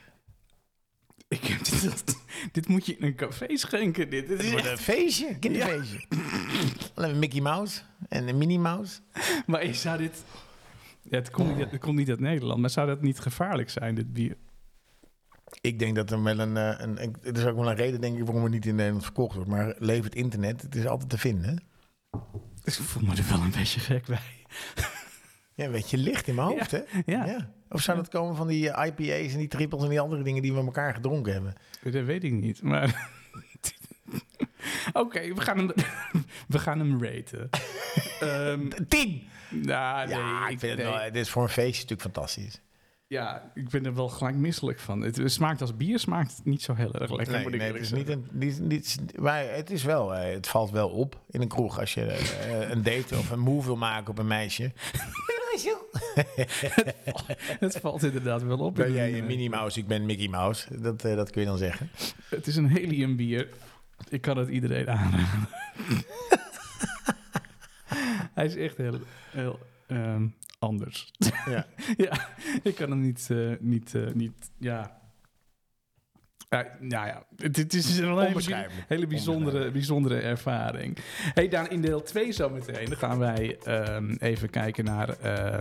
Dit moet je in een café schenken. Dit is een feestje, een kinderfeestje. Alleen Mickey Mouse en een Minnie Mouse. Maar je zou dit... Ja, het komt niet uit Nederland, maar zou dat niet gevaarlijk zijn, dit bier? Ik denk dat er wel het is ook wel een reden, denk ik, waarom het niet in Nederland verkocht wordt. Maar levert internet, het is altijd te vinden. Dus ik voel me er wel een beetje gek bij. Ja, een beetje licht in mijn hoofd, hè? Ja. Of zou dat komen van die IPA's en die triples en die andere dingen die we elkaar gedronken hebben? Dat weet ik niet, maar... Oké, we gaan hem raten. 10! Nou, nee. Ja, ik vind het wel... Dit is voor een feestje natuurlijk fantastisch. Ja, ik ben er wel gelijk misselijk van. Het smaakt als bier, smaakt niet zo heel erg lekker. Nee, het is maar het is wel... het valt wel op in een kroeg als je een date of een move wil maken op een meisje. Het valt inderdaad wel op. Ben jij een Minnie Mouse, ik ben Mickey Mouse. Dat kun je dan zeggen. Het is een heliumbier. Ik kan het iedereen aanraden. Hij is echt heel anders. Ja. Ja, ik kan hem niet het is een hele bijzondere ervaring. Hey Daan, in deel 2 zometeen gaan wij even kijken naar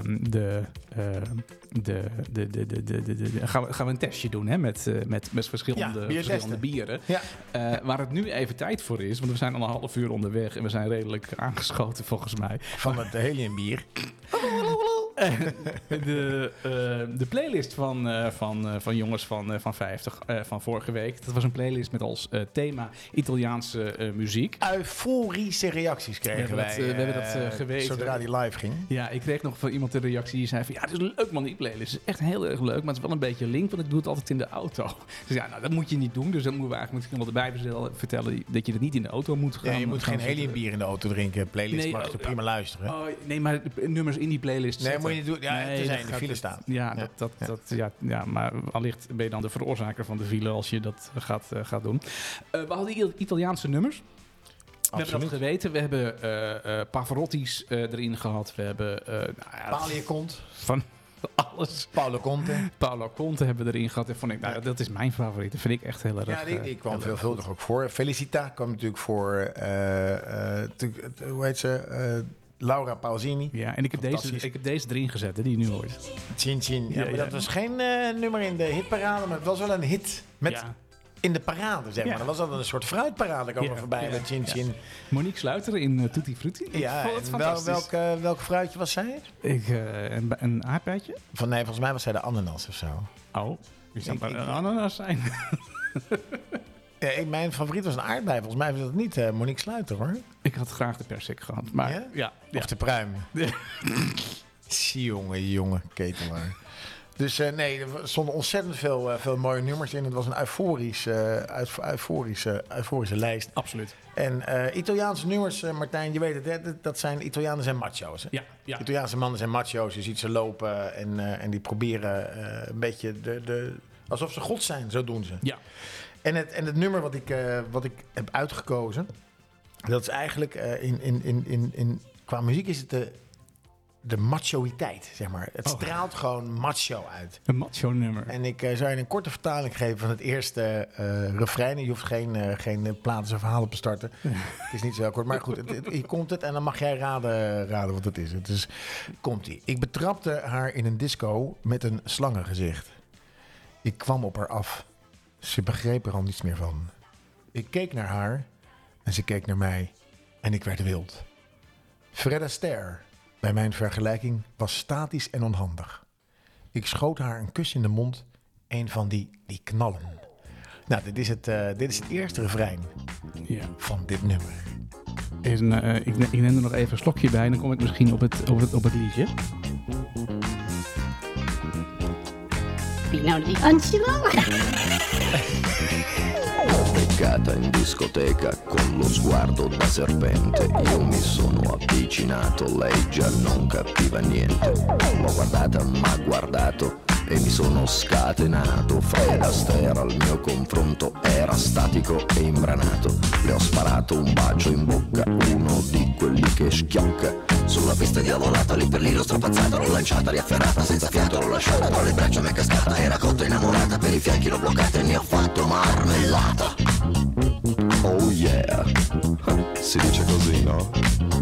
gaan we een testje doen, hè, met verschillende bieren. Ja. Waar het nu even tijd voor is, want we zijn al een half uur onderweg en we zijn redelijk aangeschoten volgens mij. Van het heliumbier. De playlist van jongens van 50 van vorige week. Dat was een playlist met als thema Italiaanse muziek. Euforische reacties kregen wij. We hebben dat geweten. Zodra die live ging. Ja, ik kreeg nog van iemand een reactie die zei van... Ja, het is leuk man, die playlist. Het is echt heel erg leuk, maar het is wel een beetje link, want ik doe het altijd in de auto. Dus ja, nou, dat moet je niet doen. Dus dan moeten we eigenlijk misschien wel erbij vertellen dat je het niet in de auto moet gaan. Nee, je moet geen heliumbier in de auto drinken. Playlist Nee, mag je prima luisteren. Oh, nee, maar de nummers in die playlist Nee, zetten. moet je niet doen. Ja, Nee, er zijn dat in de gaat- file staan. Ja, maar allicht ben je dan de veroorzaker van de file als je dat gaat doen. We hadden Italiaanse nummers. We hebben dat geweten. We hebben Pavarotti's erin gehad. We hebben Palia Kont. van alles. Paolo Conte. Paolo Conte hebben we erin gehad. En vond ik, dat is mijn favoriet. Dat vind ik echt heel erg. Ja, die kwam heel erg veelvuldig goed. ook voor. Felicita kwam natuurlijk voor, hoe heet ze? Laura Pausini. Ja, en ik heb deze erin gezet, hè, die je nu hoort. Chin Chin. Ja, maar Ja. dat was geen nummer in de hitparade, maar het was wel een hit met Ja. in de parade, zeg maar. Ja. Dat was altijd een soort fruitparade komen voorbij met Chin Chin. Ja. Monique Sluiter in Tutti Frutti. Ja, Ik vond het en fantastisch. welk fruitje was zij? Een aardbeidje? Nee, volgens mij was zij de ananas of zo. Oh, die zou Ik- maar ik- een ananas zijn. Ja, mijn favoriet was een aardbei. Volgens mij was dat niet Monique Sluiter, hoor. Ik had graag de persik gehad, maar Ja? ja. Of de pruim. Ja. jonge ketelaar. Dus nee, er stonden ontzettend veel mooie nummers in. Het was een euforische lijst. Absoluut. En Italiaanse nummers, Martijn, je weet het, hè, dat zijn Italianen zijn macho's. Hè? Ja. Italiaanse mannen zijn macho's. Je ziet ze lopen en die proberen een beetje alsof ze god zijn. Zo doen ze. Ja. En het nummer wat ik heb uitgekozen, dat is eigenlijk qua muziek is het de machoïteit, zeg maar. Het straalt gewoon macho uit. Een macho nummer. En ik zou je een korte vertaling geven van het eerste refrein. Je hoeft geen platen of verhalen te starten. Het is niet zo heel kort, maar goed, hier komt het. En dan mag jij raden wat het is. Dus komt-ie. Ik betrapte haar in een disco met een slangengezicht. Ik kwam op haar af. Ze begreep er al niets meer van. Ik keek naar haar en ze keek naar mij. En ik werd wild. Fred Astaire, bij mijn vergelijking, was statisch en onhandig. Ik schoot haar een kus in de mond. Een van die knallen. Nou, dit is het eerste refrein van dit nummer. Ik neem er nog even een slokje bij en dan kom ik misschien op het liedje. Nou, die Angelo. Beccata in discoteca con lo sguardo da serpente. Io mi sono avvicinato, lei già non capiva niente. L'ho guardata, m'ha guardato e mi sono scatenato. Fred Astaire al mio confronto era statico e imbranato. Le ho sparato un bacio in bocca, uno di quelli che schiocca. Sulla pista diavolata, lì per lì l'ho strappazzata, l'ho lanciata, riafferrata, senza fiato l'ho lasciata, tra le braccia mi è cascata, era cotta innamorata, per i fianchi l'ho bloccata e ne ho fatto marmellata. Oh yeah, si dice così, no?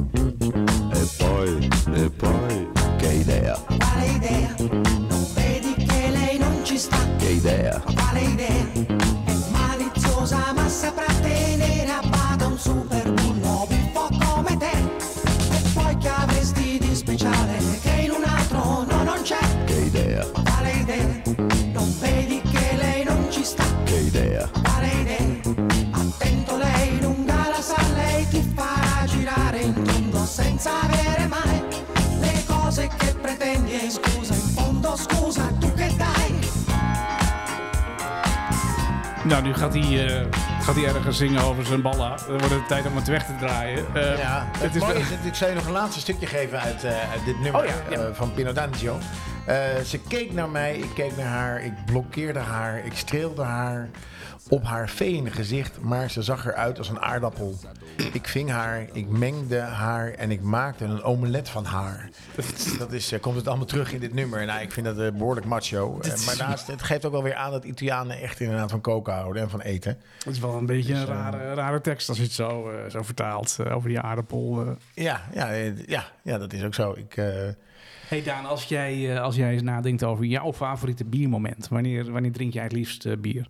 E poi, che idea? Quale idea? Non vedi che lei non ci sta? Che idea? Quale idea? È maliziosa ma saprà tenere a bada un super bullo buffo come te. E poi che avresti di speciale che in un altro no, non c'è? Che idea? Quale idea? Non vedi che lei non ci sta? Che idea? Quale idea? Attento, lei lunga la sa, lei ti farà girare in tondo senza avere mai le cose che pretendi. E scusa, in fondo scusa, tu che dai? Nou, nu gaat hij ergens zingen over zijn balla. Dan wordt het tijd om het weg te draaien. Het is mooie wel- is dat ik zou je nog een laatste stukje geven uit dit nummer van Pino D'Angio. Ze keek naar mij, ik keek naar haar, ik blokkeerde haar, ik streelde haar op haar veene gezicht, maar ze zag eruit als een aardappel. Ik ving haar, ik mengde haar en ik maakte een omelet van haar. Komt het allemaal terug in dit nummer. Nou, ik vind dat behoorlijk macho. Maar daarnaast, het geeft ook wel weer aan dat Italianen echt inderdaad van koken houden en van eten. Het is wel een beetje een rare tekst als je het zo vertaalt over die aardappel. Ja, dat is ook zo. Hey Daan, als jij eens nadenkt over jouw favoriete biermoment, wanneer drink jij het liefst bier?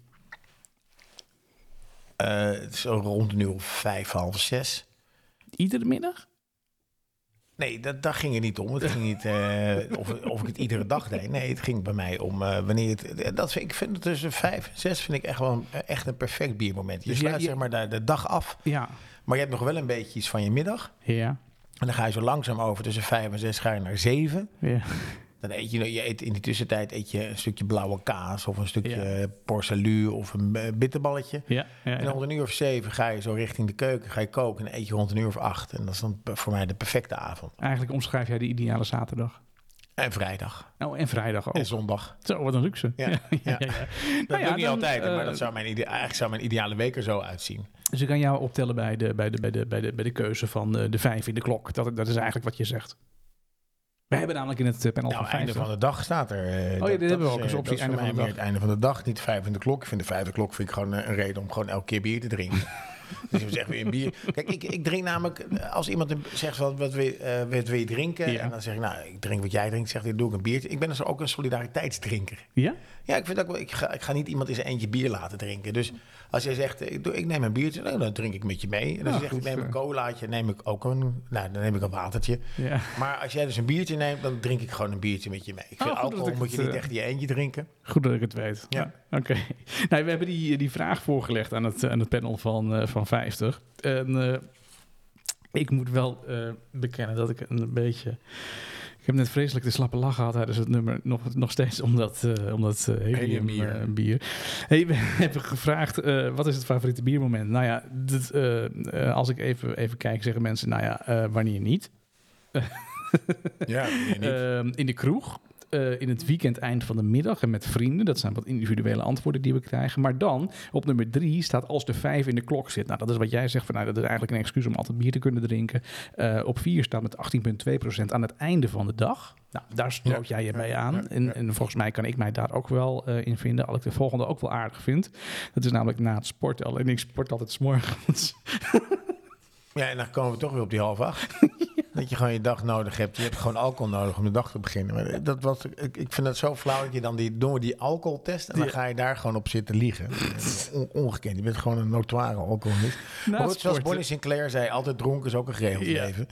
Zo rond nu of 5, half 6. Iedere middag? Nee, daar ging het niet om. Het ging niet of ik het iedere dag deed. Nee, het ging bij mij om wanneer het... ik vind het tussen 5 en 6 vind ik echt wel echt een perfect biermoment. Je Dus sluit zeg maar de dag af, Ja. maar je hebt nog wel een beetje iets van je middag. Ja. En dan ga je zo langzaam over tussen 5 en 6 ga je naar 7. Ja. Dan eet je eet in die tussentijd eet je een stukje blauwe kaas of een stukje porsalu of een bitterballetje. Ja. En rond een uur of 7 ga je zo richting de keuken, ga je koken en eet je rond een uur of 8. En dat is dan voor mij de perfecte avond. Eigenlijk omschrijf jij de ideale zaterdag. En vrijdag. Oh, en vrijdag ook. En zondag. Zo, wat een luxe. Ja. Dat doe ik niet dan, altijd, maar dat zou eigenlijk zou mijn ideale week er zo uitzien. Dus ik kan jou optellen bij de keuze van de 5 in de klok. Dat is eigenlijk wat je zegt. We hebben namelijk in het panel van 50... einde van de dag staat er. dit hebben we ook als optie. Dat is voor mij meer het einde van de dag, niet 5 in de klok. Ik vind de 5 in de klok vind ik gewoon een reden om gewoon elke keer bier te drinken. Dus we zeggen weer een bier. Kijk, ik drink namelijk, als iemand zegt van wat wil je drinken? Ja. En dan zeg ik, nou, ik drink wat jij drinkt, zegt hij, doe ik een biertje. Ik ben dus ook een solidariteitsdrinker. Ja? Ja, ik vind ook wel, ik ga niet iemand in zijn eentje bier laten drinken. Dus als jij zegt, ik neem een biertje, nou, dan drink ik met je mee. En als je zegt, ik neem een colaatje, neem ik ook dan neem ik een watertje. Ja. Maar als jij dus een biertje neemt, dan drink ik gewoon een biertje met je mee. Ik vind alcohol moet je niet echt in je eentje drinken. Goed dat ik het weet. Ja. Oké. Nou, we hebben die vraag voorgelegd aan het panel van 50. En ik moet wel bekennen dat ik een beetje... Ik heb net vreselijk de slappe lach gehad tijdens het nummer. Nog steeds om dat helium bier. Hey, we hebben gevraagd, wat is het favoriete biermoment? Nou ja, als ik even kijk, zeggen mensen, nou ja, wanneer niet? Ja, niet. In de kroeg. In het weekend eind van de middag en met vrienden. Dat zijn wat individuele antwoorden die we krijgen. Maar dan, op nummer 3 staat als de 5 in de klok zit. Nou, dat is wat jij zegt. Dat is eigenlijk een excuus om altijd bier te kunnen drinken. Op 4 staat met 18,2% aan het einde van de dag. Nou, daar sloot jij je bij aan. En volgens mij kan ik mij daar ook wel in vinden. Al ik de volgende ook wel aardig vind. Dat is namelijk na het sporten. Alleen ik sport altijd 's morgens. Ja, en dan komen we toch weer op die 7:30. Dat je gewoon je dag nodig hebt. Je hebt gewoon alcohol nodig om de dag te beginnen. Maar ik vind het zo flauw dat je dan doen we die alcoholtest en dan ga je daar gewoon op zitten liegen. Ongekend. Je bent gewoon een notoire alcoholist. Maar goed, zoals Bonnie Sinclair zei, altijd dronken is ook een geregeld leven.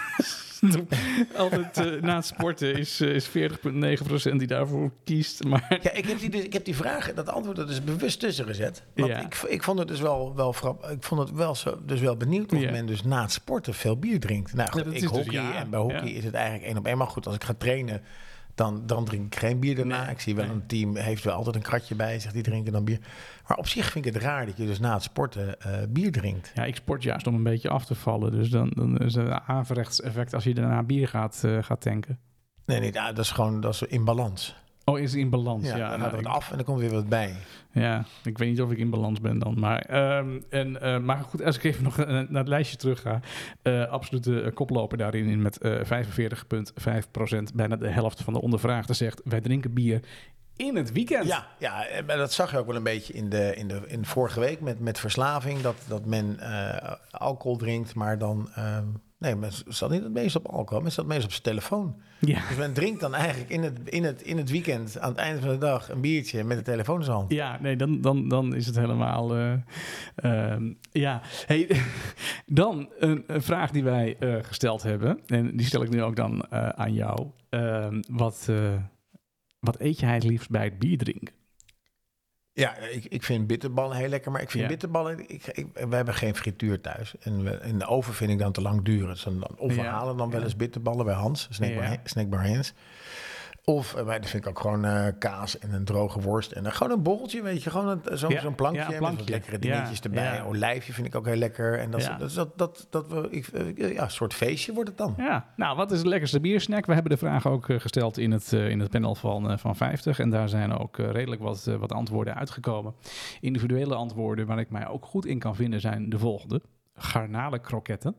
Altijd na het sporten is 40,9% die daarvoor kiest. Maar... Ja, ik heb die vraag, dat antwoord er dus bewust tussen gezet. Want ik vond het dus wel ik vond het wel zo, dus wel benieuwd of men dus na het sporten veel bier drinkt. Nou goed, ik hockey en bij hockey is het eigenlijk 1 op 1. Maar goed, als ik ga trainen, dan drink ik geen bier daarna. Ik zie wel een team, heeft wel altijd een kratje bij, zegt die drinken dan bier. Maar op zich vind ik het raar dat je dus na het sporten bier drinkt. Ja, ik sport juist om een beetje af te vallen. Dus dan is het een averechts effect als je daarna bier gaat tanken. Nee, dat is gewoon in balans. Oh, is in balans? Ja, dan gaat het af en er komt weer wat bij. Ja, ik weet niet of ik in balans ben dan. Maar goed, als ik even nog naar het lijstje terug ga. Absolute koploper daarin met 45,5%. Bijna de helft van de ondervraagden zegt, wij drinken bier in het weekend. Ja, maar dat zag je ook wel een beetje in vorige week met verslaving. Dat men alcohol drinkt, maar dan... Nee, men zat niet het meest op alcohol, men zat het meest op zijn telefoon. Ja. Dus men drinkt dan eigenlijk in het weekend, aan het einde van de dag, een biertje met de telefoon in zijn hand. Ja, nee, dan is het helemaal... ja, hey, dan een vraag die wij gesteld hebben. En die stel ik nu ook dan aan jou. Wat eet jij het liefst bij het bier drinken? Ja, ik vind bitterballen heel lekker, maar ik vind bitterballen... we hebben geen frituur thuis. En in de oven vind ik dan te lang duren. Dus we halen dan wel eens bitterballen bij Hans, Snackbar Hans. Of, dat vind ik ook gewoon kaas en een droge worst. En gewoon een borreltje, weet je. Gewoon zo'n plankje met wat lekkere dingetjes erbij. Ja. Olijfje vind ik ook heel lekker. En een soort feestje wordt het dan. Ja, nou, wat is het lekkerste biersnack? We hebben de vraag ook gesteld in het panel van 50. En daar zijn ook redelijk wat antwoorden uitgekomen. Individuele antwoorden waar ik mij ook goed in kan vinden zijn de volgende. Garnalenkroketten.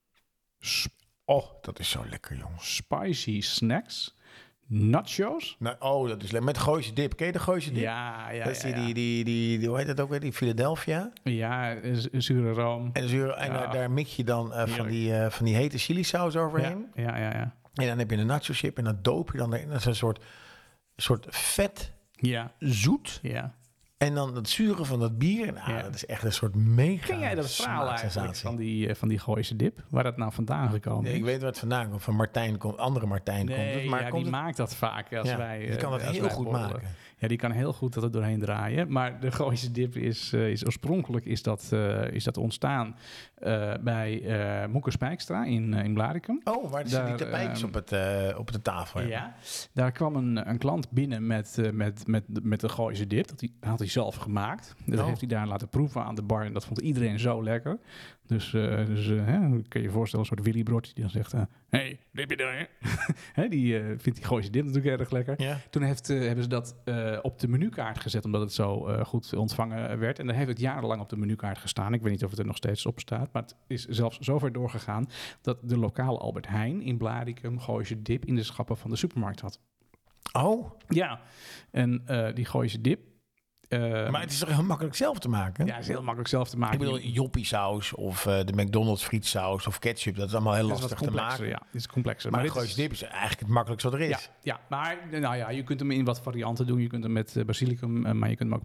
Dat is zo lekker, jongens. Spicy snacks. Nachos? Nou, dat is lekker. Met Gooise dip. Ken je de Gooise dip? Ja. Dat is die, hoe heet dat ook weer? Die Philadelphia? Ja, zure room. En daar mix je dan van die hete chilisaus overheen. Ja. En dan heb je een nacho chip en dat doop je dan erin. Dat is een soort vet, zoet. Ja. En dan het zuren van dat bier. Nou, dat is echt een soort mega Ken jij dat verhaal eigenlijk smaaksensatie. van die Gooise dip? Waar dat nou vandaan gekomen is? Nee, ik weet waar het vandaan komt. Van Martijn komt, andere Martijn komt het. Maar ja, komt die het... maakt dat vaak. Als Ja, wij, die kan het als heel wij goed borrelen. maken. Ja, die kan heel goed dat het doorheen draaien. Maar de Gooise dip is oorspronkelijk is dat ontstaan bij Moeke Spijkstra in Blaricum. Oh, waar zitten die tapijtjes op de tafel? Ja, daar kwam een klant binnen met de Gooise dip. Dat had hij zelf gemaakt. Dat heeft hij daar laten proeven aan de bar. En dat vond iedereen zo lekker. Dus kun je je voorstellen, een soort Willy Broodje die dan zegt... hey, dipje daar. Die vindt die Gooise dip natuurlijk erg lekker. Ja. Toen hebben ze dat op de menukaart gezet, omdat het zo goed ontvangen werd. En daar heeft het jarenlang op de menukaart gestaan. Ik weet niet of het er nog steeds op staat. Maar het is zelfs zover doorgegaan dat de lokale Albert Heijn in Blaricum Gooise dip in de schappen van de supermarkt had. Oh, Ja, en die Gooise dip... maar het is toch heel makkelijk zelf te maken? Ja, het is heel makkelijk zelf te maken. Ik bedoel, joppiesaus of de McDonald's frietsaus of ketchup. Dat is allemaal heel dat is lastig wat te complexer, maken. ja. Het is complexer. Maar de dit is- Gooise dip is eigenlijk het makkelijkste wat er is. Ja, maar nou ja, je kunt hem in wat varianten doen. Je kunt hem met basilicum, maar je kunt hem ook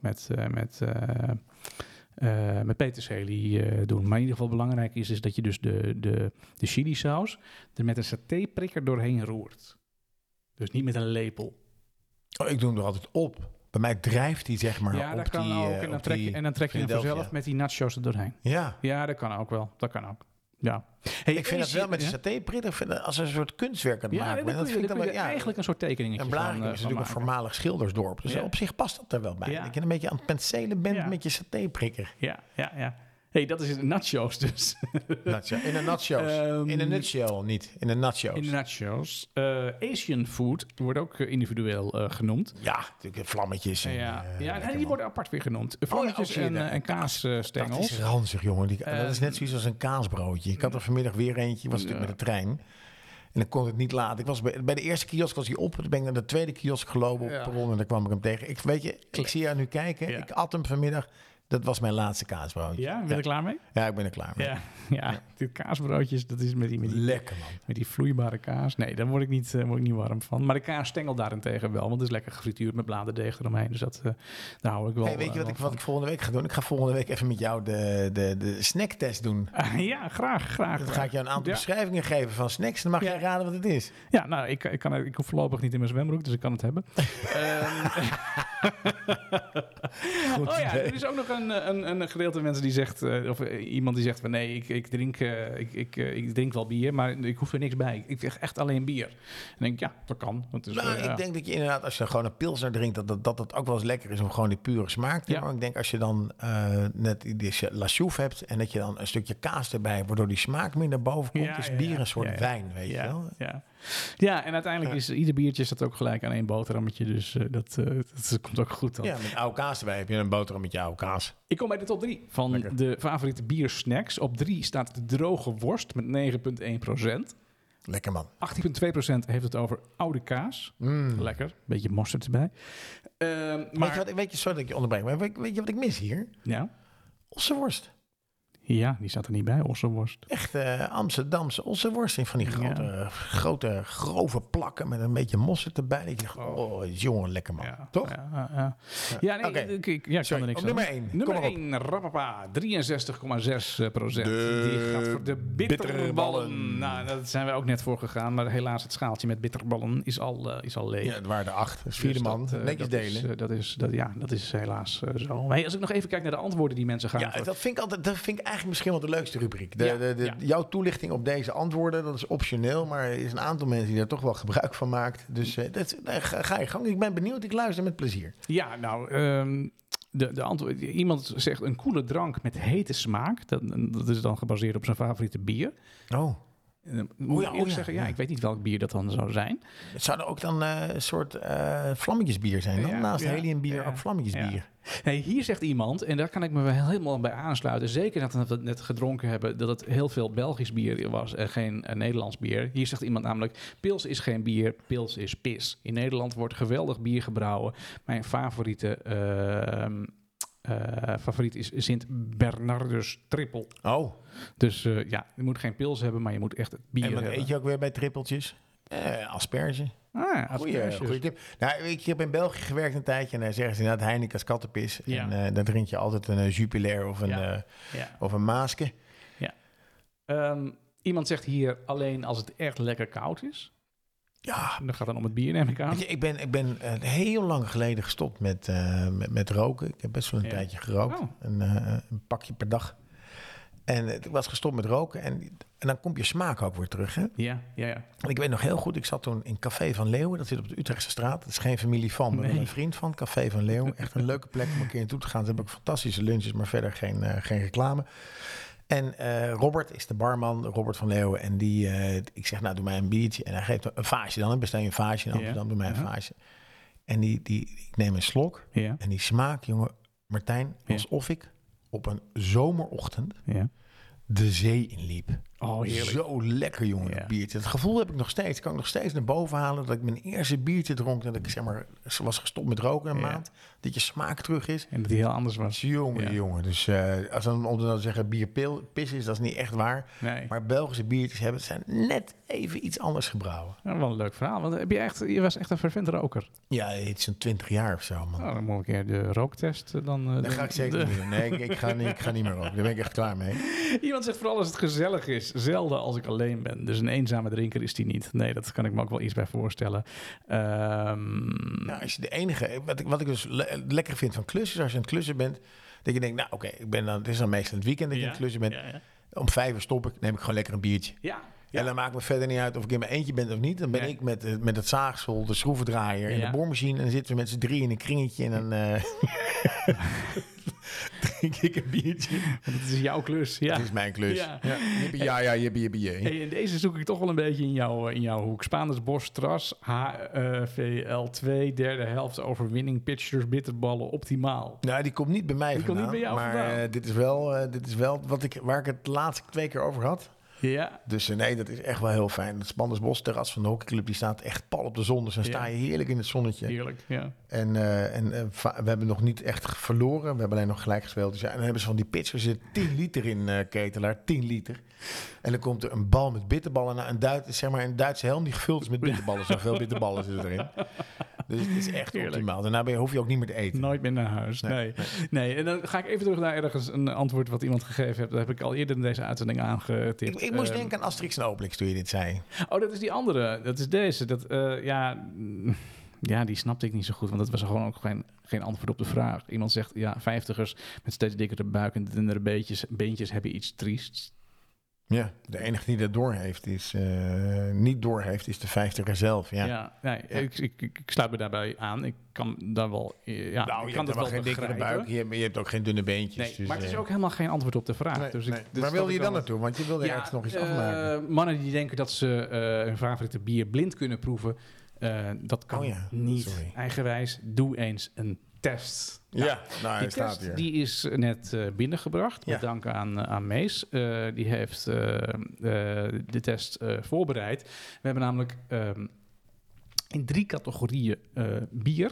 met peterselie doen. Maar in ieder geval belangrijk is dat je dus de chili saus er met een satéprikker doorheen roert. Dus niet met een lepel. Oh, ik doe hem er altijd op. Bij mij drijft hij zeg maar Ja, op dat kan die, ook. En dan trek je hem Philadelphia. vanzelf met die nachos er doorheen. Ja. Ja, dat kan ook wel. Dat kan ook. Ja. Hey, Ik vind dat wel met de satéprikker als een soort kunstwerk aan het Ja, maken. daar ben. kun je eigenlijk een soort tekeningetje En van Blaricum is natuurlijk een maken. voormalig schildersdorp. Dus Ja. op zich past dat er wel bij. Ja. Dat je een beetje aan het penselen bent Ja. met je satéprikker. Ja. Hey, dat is de nachos dus. Nacho. In een nachos. In een nutshell niet. In een nachos. In de nachos. Asian food wordt ook individueel genoemd. Ja, natuurlijk vlammetjes. En, Die worden apart weer genoemd. Vlammetjes zie je daar. en Dat kaasstengels. is ranzig, jongen. Dat is net zoiets als een kaasbroodje. Ik had er vanmiddag weer eentje. Was natuurlijk met de trein. En dan kon ik het niet laten. Ik was bij de eerste kiosk was hij op. Toen ben ik naar de tweede kiosk gelopen op het perron. En daar kwam ik hem tegen. Ik zie jou nu kijken. Ja. Ik at hem vanmiddag. Dat was mijn laatste kaasbroodje. Ja, ben je er klaar mee? Ja, ik ben er klaar mee. Ja. Die kaasbroodjes, dat is met Lekker, man. met die vloeibare kaas. Nee, daar word ik niet warm van. Maar de kaasstengel daarentegen wel, want het is lekker gefrituurd met bladerdeeg eromheen. Dus daar hou ik wel Hey, weet je wat ik volgende week ga doen? Ik ga volgende week even met jou de snacktest doen. Ja, graag. Dan ga ik jou een aantal beschrijvingen geven van snacks. Dan mag jij raden wat het is. Ja, nou, ik hoef voorlopig niet in mijn zwembroek, dus ik kan het hebben. Goed Oh ja, idee. er is ook nog een gedeelte mensen die zegt, of iemand die zegt van nee, ik drink wel bier, maar ik hoef er niks bij. Ik drink echt alleen bier. En dan denk ik, ja, dat kan. Want het is, Ik denk dat je inderdaad, als je gewoon een pilsner drinkt, dat het ook wel eens lekker is om gewoon die pure smaak te hebben. Maar ik denk als je dan net die La Chouffe hebt en dat je dan een stukje kaas erbij hebt, waardoor die smaak meer naar boven komt, is bier een soort wijn, weet je wel. Ja, en uiteindelijk is ieder biertje staat ook gelijk aan één boterhammetje, dus dat komt ook goed dan. Ja, met oude kaas erbij heb je een boterham met je oude kaas. Ik kom bij de top 3 van Lekker. de favoriete biersnacks. Op 3 staat de droge worst met 9,1%. Lekker, man. 18,2% heeft het over oude kaas. Lekker, beetje mosterd erbij. Sorry dat ik je onderbreek, maar weet je wat ik mis hier? Ja. Ossenworst. Ja, die staat er niet bij, ossenworst. Echt Amsterdamse ossenworst. Van die grote, grove plakken met een beetje mosterd erbij. Dat je dacht, jongen, lekker man. Toch? Ja, nee, Oké. ik kan er niks op aan. nummer 1. Nummer 1, rappapa, 63,6%. Die gaat voor de bitterballen. Nou, daar zijn we ook net voor gegaan. Maar helaas, het schaaltje met bitterballen is al leeg. Ja, het waren er 8. Dus vierde man. Netjes delen. Dat is helaas zo. Maar hey, als ik nog even kijk naar de antwoorden die mensen gaan... Ja, dat vind ik eigenlijk misschien wel de leukste rubriek. Ja. Jouw toelichting op deze antwoorden, dat is optioneel. Maar er is een aantal mensen die er toch wel gebruik van maakt. Dus ga je gang. Ik ben benieuwd. Ik luister met plezier. Ja, nou... De antwoord, iemand zegt een koele drank met hete smaak. Dat is dan gebaseerd op zijn favoriete bier. Oh. Moet ik eerlijk zeggen, ik weet niet welk bier dat dan zou zijn. Het zou er ook dan een soort vlammetjesbier zijn. Dan? Naast heliumbier ook vlammetjesbier. Ja. Hey, hier zegt iemand, en daar kan ik me wel helemaal bij aansluiten. Zeker dat we het net gedronken hebben, dat het heel veel Belgisch bier was en geen Nederlands bier. Hier zegt iemand namelijk, pils is geen bier, pils is pis. In Nederland wordt geweldig bier gebrouwen. Mijn favoriet is Sint Bernardus Trippel. Oh. Dus je moet geen pils hebben, maar je moet echt het bier en wat hebben. eet je ook weer bij trippeltjes? Asperge. Asperges. Goeie tip. Nou, ik heb in België gewerkt een tijdje. En daar zeggen ze inderdaad Heineken als kattenpis. Ja. En dan drink je altijd een Jupiler of of een Maaske. Iemand zegt hier alleen als het echt lekker koud is. Ja. Dan gaat het om het bier, neem ik aan. Weet je, ik ben heel lang geleden gestopt met roken. Ik heb best wel een tijdje gerookt. Oh. Een pakje per dag. En ik was gestopt met roken. En dan komt je smaak ook weer terug. Hè? Ja. En ik weet nog heel goed, ik zat toen in Café van Leeuwen. Dat zit op de Utrechtse straat. Dat is geen familie van, maar wel een vriend van. Café van Leeuwen. Echt een leuke plek om een keer naartoe te gaan. Ze hebben ook fantastische lunches, maar verder geen reclame. En Robert is de barman, Robert van Leeuwen. En ik zeg, nou, doe mij een biertje. En hij geeft een vaasje dan. Ik bestel je een vaasje in Amsterdam, doe mij een vaasje. En ik neem een slok. Ja. En die smaak, jongen, Martijn, alsof ik op een zomerochtend de zee inliep. Oh, heerlijk. Zo lekker, jongen, Ja. dat biertje. Dat gevoel heb ik nog steeds. Kan ik nog steeds naar boven halen. Dat ik mijn eerste biertje dronk. Dat ik, zeg maar, was gestopt met roken een maand. Dat je smaak terug is. En dat die heel anders was. Jongen. Dus als dan om te zeggen bier pis is, dat is niet echt waar. Nee. Maar Belgische biertjes zijn net even iets anders gebrouwen. Ja, wel een leuk verhaal. Want je was echt een fervent roker. Ja, het is zo'n 20 jaar of zo, man. Nou, dan moet ik een keer de rooktest dan... Dat ga ik zeker niet doen. Nee, ik ga niet meer roken. Daar ben ik echt klaar mee. Iemand zegt vooral als het gezellig is. Zelden als ik alleen ben. Dus een eenzame drinker is die niet. Nee, dat kan ik me ook wel iets bij voorstellen. Nou, als je de enige... Wat ik dus lekker vind van klussen, als je aan het klussen bent, dat je denkt, nou oké, het is dan meestal het weekend dat je aan het klussen bent. Ja. Om 5 uur stop ik, neem ik gewoon lekker een biertje. Ja. En dan maakt me verder niet uit of ik in mijn eentje ben of niet. Dan ben ik met het zaagsel, de schroevendraaier en de boormachine. En dan zitten we met z'n drie in een kringetje en dan drink ik een biertje. Want het is jouw klus. Ja. Het is mijn klus. Ja. Jippie. Hey, en deze zoek ik toch wel een beetje in jouw hoek. Spaanders Bos Tras, HVL2, derde helft overwinning, pitchers, bitterballen, optimaal. Nou, die komt niet bij mij vandaan. Komt niet bij jou maar dit is wel waar ik het laatste 2 keer over had. Ja. Dus nee, dat is echt wel heel fijn. Het Spaanders Bos terras van de hockeyclub, die staat echt pal op de zon. Dus dan sta je heerlijk in het zonnetje. Heerlijk, ja. En we hebben nog niet echt verloren. We hebben alleen nog gelijk gespeeld. Dus en dan hebben ze van die pitchers, er zit 10 liter in, ketelaar. 10 liter. En dan komt er een bal met bitterballen. Nou, een Duitse helm die gevuld is met bitterballen. Zoveel bitterballen zitten erin. Dus het is echt optimaal. Daarna hoef je ook niet meer te eten. Nooit meer naar huis. Nee. En dan ga ik even terug naar ergens een antwoord wat iemand gegeven heeft. Dat heb ik al eerder in deze uitzending aangetipt. Ik moest denken aan Asterix en Obelix toen je dit zei. Oh, dat is die andere. Dat is deze. Ja, die snapte ik niet zo goed. Want dat was gewoon ook geen antwoord op de vraag. Iemand zegt, ja, 50ers met steeds dikkere buik en dunnere beentjes hebben iets triests. Ja, de enige die dat niet doorheeft is de 50er zelf. Ja. Ik sluit me daarbij aan. Ik kan daar wel... Ja, nou, ik kan dat wel geen dikkere buik. Je hebt ook geen dunne beentjes. Nee, dus, maar het is ook helemaal geen antwoord op de vraag. Nee, dus nee. Waar wilde je dan naartoe? Want je wilde ergens nog iets afmaken. Mannen die denken dat ze hun favoriete bier blind kunnen proeven. Dat kan niet. Sorry. Eigenwijs. Doe eens een test. Ja, hij staat test hier. Die is net binnengebracht, met dank aan Mees. Die heeft de test voorbereid. We hebben namelijk in 3 categorieën bier.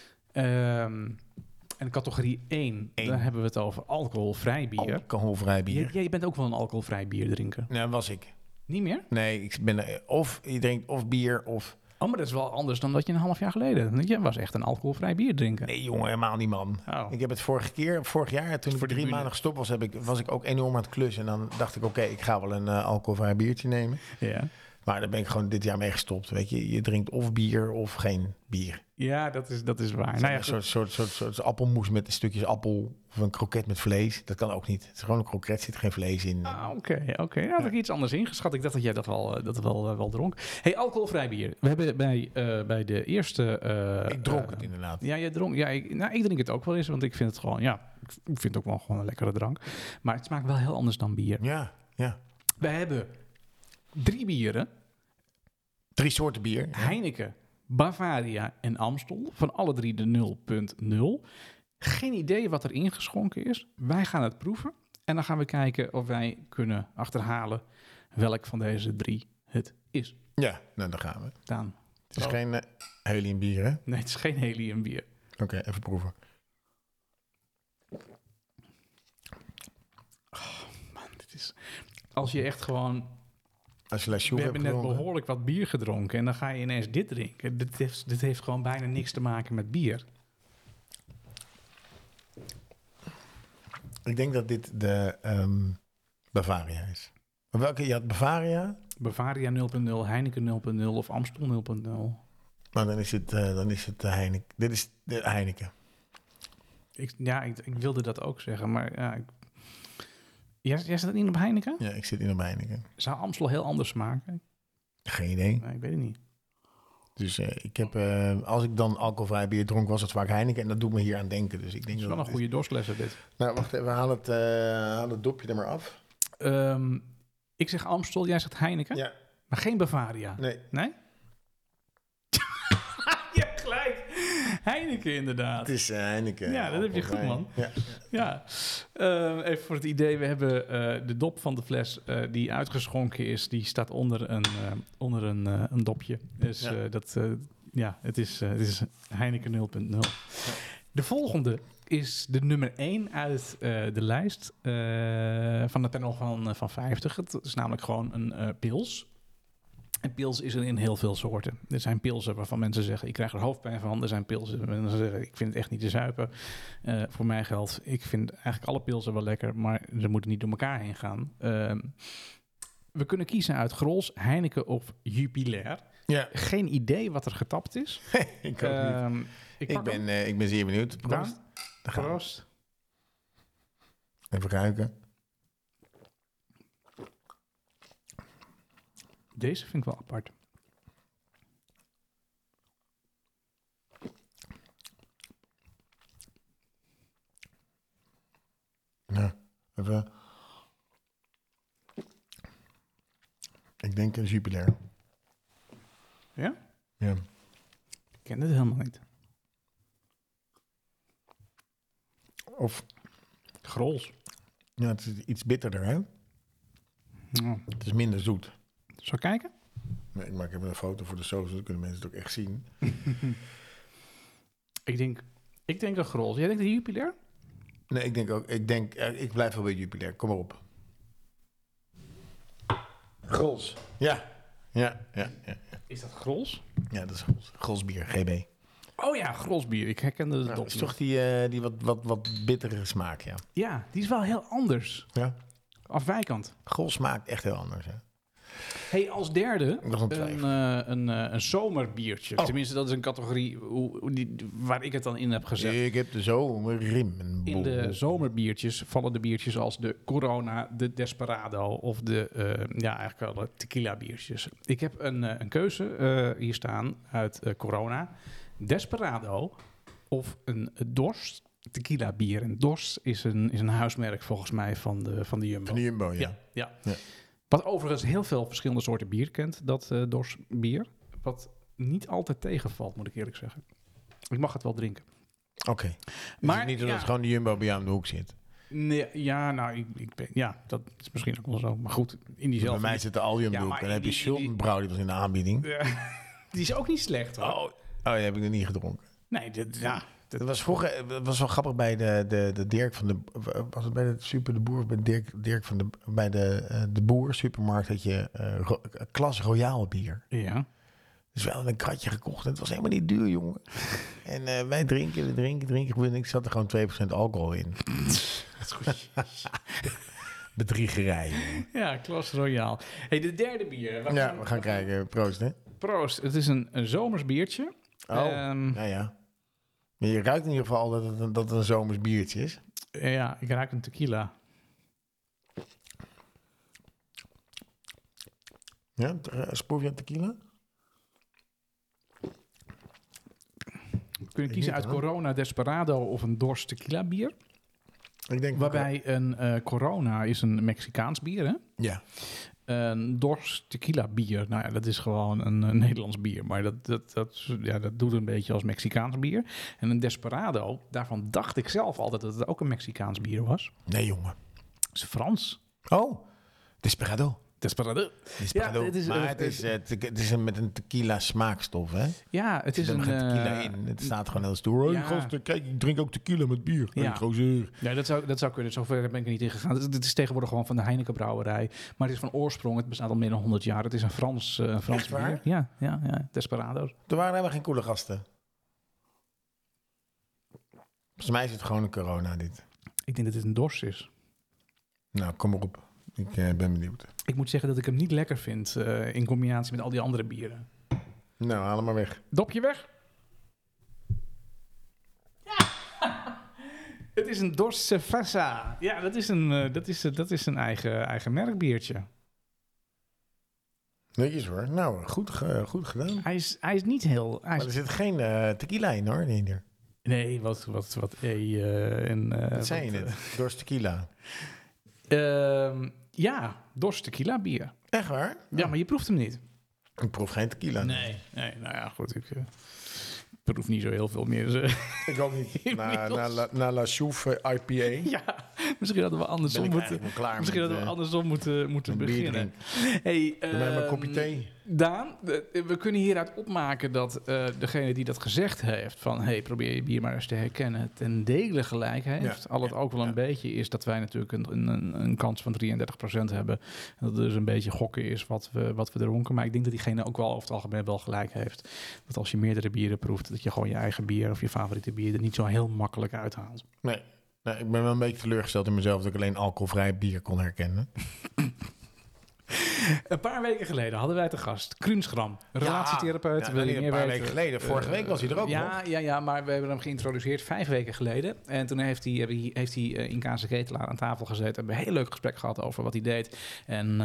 En categorie 1, daar hebben we het over alcoholvrij bier. Alcoholvrij bier. Je bent ook wel een alcoholvrij bier drinken. Nou, was ik. Niet meer? Nee, je drinkt of bier of... Oh, maar dat is wel anders dan dat je een half jaar geleden... Je was echt een alcoholvrij bier drinken. Nee, jongen, helemaal niet, man. Oh. Ik heb het vorig jaar, toen ik 3 maanden gestopt was ik ook enorm aan het klussen. En dan dacht ik, oké, ik ga wel een alcoholvrij biertje nemen. Ja. Maar daar ben ik gewoon dit jaar mee gestopt. Weet je, je drinkt of bier of geen bier. Ja, dat is waar. Nou ja, een soort appelmoes met stukjes appel of een kroket met vlees. Dat kan ook niet. Het is gewoon een kroket, zit geen vlees in. Oké. Nou, had ik iets anders ingeschat. Ik dacht dat jij dat wel dronk. Hey, alcoholvrij bier. We hebben bij de eerste... ik dronk het inderdaad. Ja, jij dronk. Ja, ik drink het ook wel eens, want ik vind het gewoon... Ja, ik vind het ook wel gewoon een lekkere drank. Maar het smaakt wel heel anders dan bier. Ja. We hebben 3 bieren. 3 soorten bier. Heineken, Bavaria en Amstel. Van alle 3 de 0.0. Geen idee wat er ingeschonken is. Wij gaan het proeven. En dan gaan we kijken of wij kunnen achterhalen welk van deze 3 het is. Ja, nou dan gaan we. Daan. Het is geen heliumbier, hè? Nee, het is geen heliumbier. Oké, even proeven. Oh, man, dit is... Als je echt gewoon Als je La We Chouffe hebben hebt net gedronken. behoorlijk wat bier gedronken en dan ga je ineens dit drinken. Dit heeft gewoon bijna niks te maken met bier. Ik denk dat dit de Bavaria is. Welke? Je had Bavaria, Bavaria 0.0, Heineken 0.0 of Amstel 0.0. maar dan is het de Heineken. Dit is de Heineken. Ik wilde dat ook zeggen, maar ja, jij zit niet op Heineken? Ja, ik zit in op Heineken. Zou Amstel heel anders smaken? Geen idee. Nee, ik weet het niet. Dus ik heb, als ik dan alcoholvrij bier dronk, was het vaak Heineken. En dat doet me hier aan denken. Dus ik denk Het is dat wel een het goede dorstlesser dit. Nou, wacht even. We halen het dopje er maar af. Ik zeg Amstel, jij zegt Heineken. Ja. Maar geen Bavaria. Nee. Nee? Ja, gelijk. Heineken inderdaad. Het is Heineken. Ja, dat heb je goed, man. Ja. Ja, even voor het idee. We hebben de dop van de fles die uitgeschonken is. Die staat onder een dopje. Dus het is Heineken 0.0. De volgende is de nummer 1 uit de lijst van de panel van 50. Het is namelijk gewoon een pils. En pils is er in heel veel soorten. Er zijn pilsen waarvan mensen zeggen, ik krijg er hoofdpijn van. Er zijn pilsen waarvan mensen zeggen, ik vind het echt niet te zuipen. Voor mij geldt, ik vind eigenlijk alle pilsen wel lekker, maar ze moeten niet door elkaar heen gaan. We kunnen kiezen uit Grols, Heineken of Jupiler. Ja. Geen idee wat er getapt is. Ik ook niet. Ik ben zeer benieuwd. Proost. Daar gaan we. Proost. Even ruiken. Deze vind ik wel apart. Ja, even. Ik denk een Jupiler. Ja? Ja. Ik ken dit helemaal niet. Of, Grols. ja, het is iets bitterder, hè? Nou, Het is minder zoet. zal ik kijken? Nee, ik maak even een foto voor de saus, dan kunnen mensen het ook echt zien. Ik denk een Grols. Jij denkt een Jupiler? Nee, ik blijf wel bij Jupiler. Kom maar op. Grols. Ja. Ja. Is dat Grols? Ja, dat is Grols. Grolsbier, GB. Oh ja, Grolsbier. Ik herkende de Nou, dop. dat is toch die wat bittere smaak, ja. Ja, die is wel heel anders. Ja. Afwijkend. Grols smaakt echt heel anders, hè. Hey, als derde Dat is een twijfel. een zomerbiertje. Oh. Tenminste, dat is een categorie waar ik het dan in heb gezet. Ik heb de zomerrim. In de zomerbiertjes vallen de biertjes als de Corona, de Desperado of eigenlijk wel de tequila biertjes. Ik heb een keuze hier staan uit Corona. Desperado of een Dorst tequila bier. En Dorst is een huismerk volgens mij van de Jumbo. Van de Jumbo, Ja. ja. Wat overigens heel veel verschillende soorten bier kent, dat Dorst bier. Wat niet altijd tegenvalt, moet ik eerlijk zeggen. Ik mag het wel drinken. Oké. Maar, Maar niet omdat ja. het gewoon de Jumbo bij jou aan de hoek zit. Nee, ja, nou, dat is misschien ook wel zo. Maar goed, in diezelfde... Bij mij zit de Aldi om de Ja, hoek. maar En dan heb je die- Schultenbrouw, die was in de aanbieding. Die is ook niet slecht, hoor. Oh, die heb ik nog niet gedronken. Nee, Dat was vroeger, dat was wel grappig bij de Dirk van de... Was het bij de Super de Boer of bij Dirk van de... Bij de Boer supermarkt had je Klas Royaal bier. Ja. Dus we hadden een kratje gekocht en het was helemaal niet duur, jongen. En wij drinken. En ik zat er gewoon 2% alcohol in. Dat is goed. Bedriegerij, jongen. Ja, Klas Royaal. Hey, de derde bier. Ja, we gaan kijken. Proost, hè? Proost. Het is een zomers biertje. Oh, Ehm, ja. Maar je ruikt in ieder geval dat het een zomers biertje is. Ja, ik ruik een tequila. Ja, spoor je tequila? We kunnen kiezen niet, uit hoor. Corona, Desperado of een Dorst tequila bier. Ik denk... Waarbij een Corona is een Mexicaans bier, hè? Ja. Een Dorst tequila bier, nou ja, dat is gewoon een Nederlands bier. Maar dat doet een beetje als Mexicaans bier. En een Desperado, daarvan dacht ik zelf altijd dat het ook een Mexicaans bier was. Nee, jongen. Dat is Frans. Oh, Desperado. Desperado. Ja, het is, maar het is met een tequila smaakstof, hè? Ja, het is Er een... zit geen tequila in. Het staat gewoon heel stoer. Ja. Hey, gasten, kijk, ik drink ook tequila met bier. Ja. Hey, gozer. Ja, dat zou kunnen. Zover ben ik er niet in gegaan. Het is tegenwoordig gewoon van de Heineken brouwerij. Maar het is van oorsprong. Het bestaat al meer dan 100 jaar. Het is een Frans Echt waar? bier. Ja. Desperado's. Er waren helemaal geen coole gasten. Volgens mij is het gewoon een corona, dit. Ik denk dat dit een dors is. Nou, kom maar op. Ik ben benieuwd. Ik moet zeggen dat ik hem niet lekker vind in combinatie met al die andere bieren. Nou, haal hem maar weg. Dopje weg. Ja. Het is een Dors Cerveza. Ja, dat is een eigen merkbiertje. Netjes hoor. Nou, goed gedaan. Hij is niet heel... Maar er zit geen tequila in hoor. Nee, wat Wat zei je net? Dorst tequila. Ja, Dors tequila bier. Echt waar? Ja, maar je proeft hem niet. Ik proef geen tequila. Nee, nou ja, goed. Ik proef niet zo heel veel meer. Ik ook niet. Na La Chouffe IPA. Ja, misschien hadden we andersom moeten beginnen. Hey, Doe mij maar een kopje thee. Daan, we kunnen hieruit opmaken dat degene die dat gezegd heeft van hey, probeer je bier maar eens te herkennen, ten dele gelijk heeft. Ja. Al het ook wel een beetje is dat wij natuurlijk een kans van 33% hebben. En dat het dus een beetje gokken is wat we dronken. Maar ik denk dat diegene ook wel over het algemeen wel gelijk heeft. Dat als je meerdere bieren proeft, dat je gewoon je eigen bier of je favoriete bier er niet zo heel makkelijk uithaalt. Nee, ik ben wel een beetje teleurgesteld in mezelf dat ik alleen alcoholvrij bier kon herkennen. Een paar weken geleden hadden wij te gast Kruunschram, relatietherapeut. Wil je een meer paar weten? weken geleden. Vorige week was hij er ook nog. Ja, maar we hebben hem geïntroduceerd 5 weken geleden. En toen heeft hij in Kaanse Ketelaar aan tafel gezeten. We hebben een heel leuk gesprek gehad over wat hij deed. En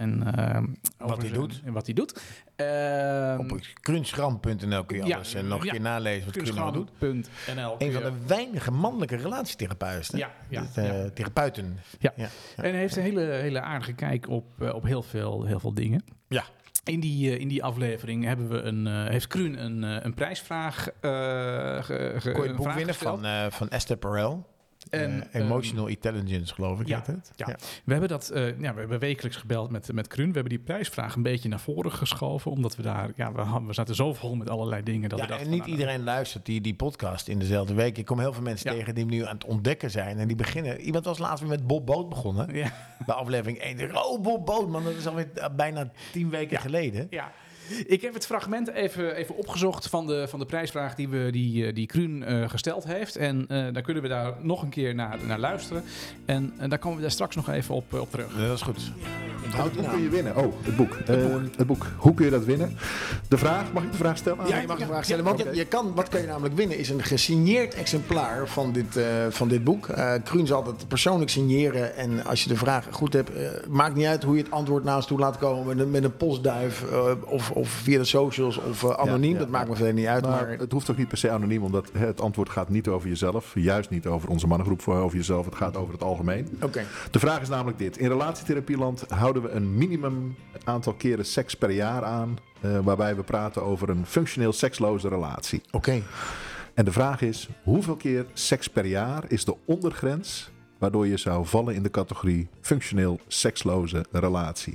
wat hij doet. Op krunschram.nl kun je alles nog een keer nalezen wat Krunschram doet. Krunschram.nl. Een van de weinige mannelijke relatietherapeuten. Therapeuten. Ja. En hij heeft een hele aardige kijk op heel veel dingen. Ja. In die aflevering heeft Kruun een prijsvraag kon je het boek winnen van Esther Perel. Emotional Intelligence, geloof ik. Ja. We hebben we hebben wekelijks gebeld met Kruun. We hebben die prijsvraag een beetje naar voren geschoven, omdat we daar, we zaten zo vol met allerlei dingen. En niet iedereen luistert die podcast in dezelfde week. Ik kom heel veel mensen tegen die nu aan het ontdekken zijn. En die beginnen. Iemand was laatst weer met Bob Boot begonnen. Ja. Bij aflevering 1. Oh, Bob Boot, man, dat is alweer bijna 10 weken geleden. Ja. Ik heb het fragment even opgezocht van de prijsvraag die Kruun gesteld heeft. En dan kunnen we daar nog een keer naar luisteren. En daar komen we daar straks nog even op terug. Ja, dat is goed. Hoe kun je winnen? Oh, het boek. Het boek. Hoe kun je dat winnen? De vraag, mag ik de vraag stellen? Ja, je mag de vraag stellen. Want wat kan je namelijk winnen is een gesigneerd exemplaar van dit boek. Kruun zal het persoonlijk signeren. En als je de vraag goed hebt, maakt niet uit hoe je het antwoord naast toe laat komen. Met een postduif of via de socials of anoniem. Dat maakt me verder niet uit. Maar het hoeft ook niet per se anoniem, omdat het antwoord gaat niet over jezelf. Juist niet over onze mannengroep, over jezelf. Het gaat over het algemeen. Okay. De vraag is namelijk dit. In relatietherapieland houden we een minimum aantal keren seks per jaar aan. Waarbij we praten over een functioneel seksloze relatie. Oké. En de vraag is, hoeveel keer seks per jaar is de ondergrens waardoor je zou vallen in de categorie functioneel seksloze relatie?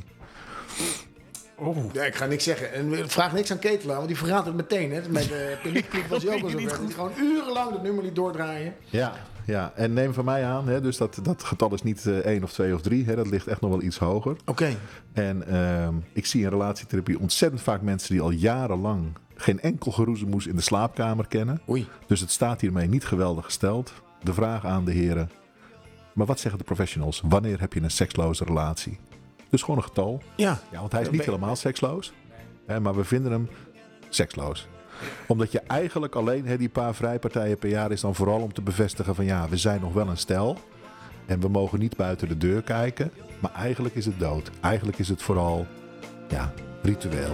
Oh. Ja, ik ga niks zeggen. En vraag niks aan Ketelaar, want die verraadt het meteen. Hè. Met de paniekklik was hij ook al zo ver. Die gewoon urenlang dat nummer liet doordraaien. Ja, en neem van mij aan, hè, dus dat getal is niet 1 of 2 of 3. Hè, dat ligt echt nog wel iets hoger. Oké. En ik zie in relatietherapie ontzettend vaak mensen die al jarenlang geen enkel geroezemoes in de slaapkamer kennen. Oei. Dus het staat hiermee niet geweldig gesteld. De vraag aan de heren, maar wat zeggen de professionals? Wanneer heb je een seksloze relatie? Dus gewoon een getal. Ja, want hij is niet helemaal seksloos. Hè, maar we vinden hem seksloos. Omdat je eigenlijk alleen die paar vrijpartijen per jaar is dan vooral om te bevestigen van we zijn nog wel een stel. En we mogen niet buiten de deur kijken. Maar eigenlijk is het dood. Eigenlijk is het vooral ritueel.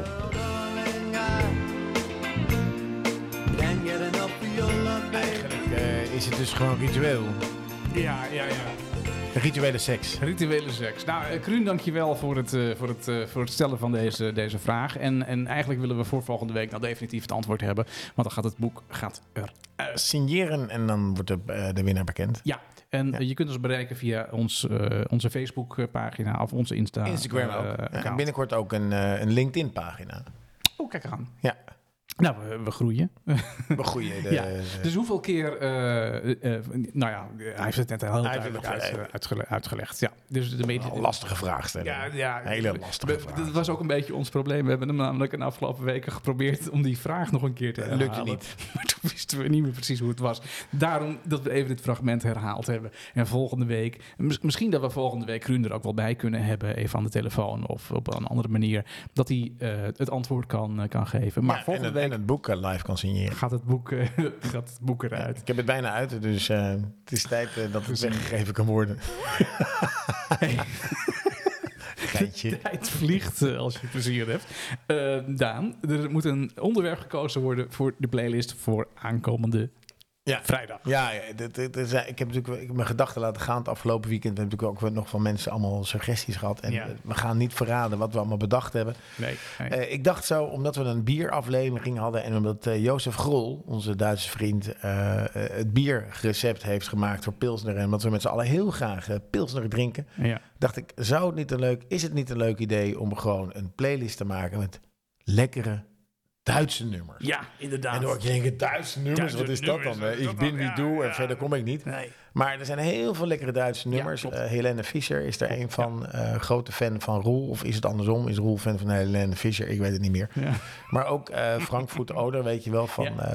Eigenlijk is het dus gewoon ritueel. Ja. Rituele seks. Rituele seks. Nou, Kruun, dankjewel voor het stellen van deze vraag. En eigenlijk willen we voor volgende week nou definitief het antwoord hebben. Want dan gaat het boek er Signeren en dan wordt de winnaar bekend. Ja, en je kunt ons bereiken via onze Facebook-pagina of onze Instagram ook. En binnenkort ook een LinkedIn-pagina. Oh, kijk aan. Ja. Nou, we groeien. We groeien. Dus hoeveel keer... nou ja, hij heeft het net heel duidelijk uitgelegd. Ja, dus de media... Lastige vraagstelling. Ja, hele lastige vraag. Dat was ook een beetje ons probleem. We hebben hem namelijk in de afgelopen weken geprobeerd om die vraag nog een keer te herhalen. Lukte niet. Maar toen wisten we niet meer precies hoe het was. Daarom dat we even dit fragment herhaald hebben. En volgende week... Misschien dat we volgende week Kruun er ook wel bij kunnen hebben. Even aan de telefoon of op een andere manier. Dat hij het antwoord kan geven. Maar volgende week... En het boek live kan signeren. Gaat het boek eruit. Ik heb het bijna uit, dus het is tijd dat het weggegeven kan worden. De tijd vliegt als je plezier hebt. Daan, er moet een onderwerp gekozen worden voor de playlist voor aankomende vrijdag. Ja, ik heb natuurlijk mijn gedachten laten gaan het afgelopen weekend. We hebben natuurlijk ook nog van mensen allemaal suggesties gehad. En we gaan niet verraden wat we allemaal bedacht hebben. Nee. Ik dacht zo, omdat we een bieraflevering hadden en omdat Jozef Grol, onze Duitse vriend, het bierrecept heeft gemaakt voor Pilsner. En omdat we met z'n allen heel graag Pilsner drinken, dacht ik, is het niet een leuk idee om gewoon een playlist te maken met lekkere Duitse nummers. Ja, inderdaad. En dan hoor je denken, Duitse nummers, wat is dat dan? Ik bin wie doe en verder kom ik niet. Nee. Maar er zijn heel veel lekkere Duitse nummers. Helene Fischer is er een van. Grote fan van Roel. Of is het andersom? Is Roel fan van Helene Fischer? Ik weet het niet meer. Ja. Maar ook Frankfurt Oder, weet je wel,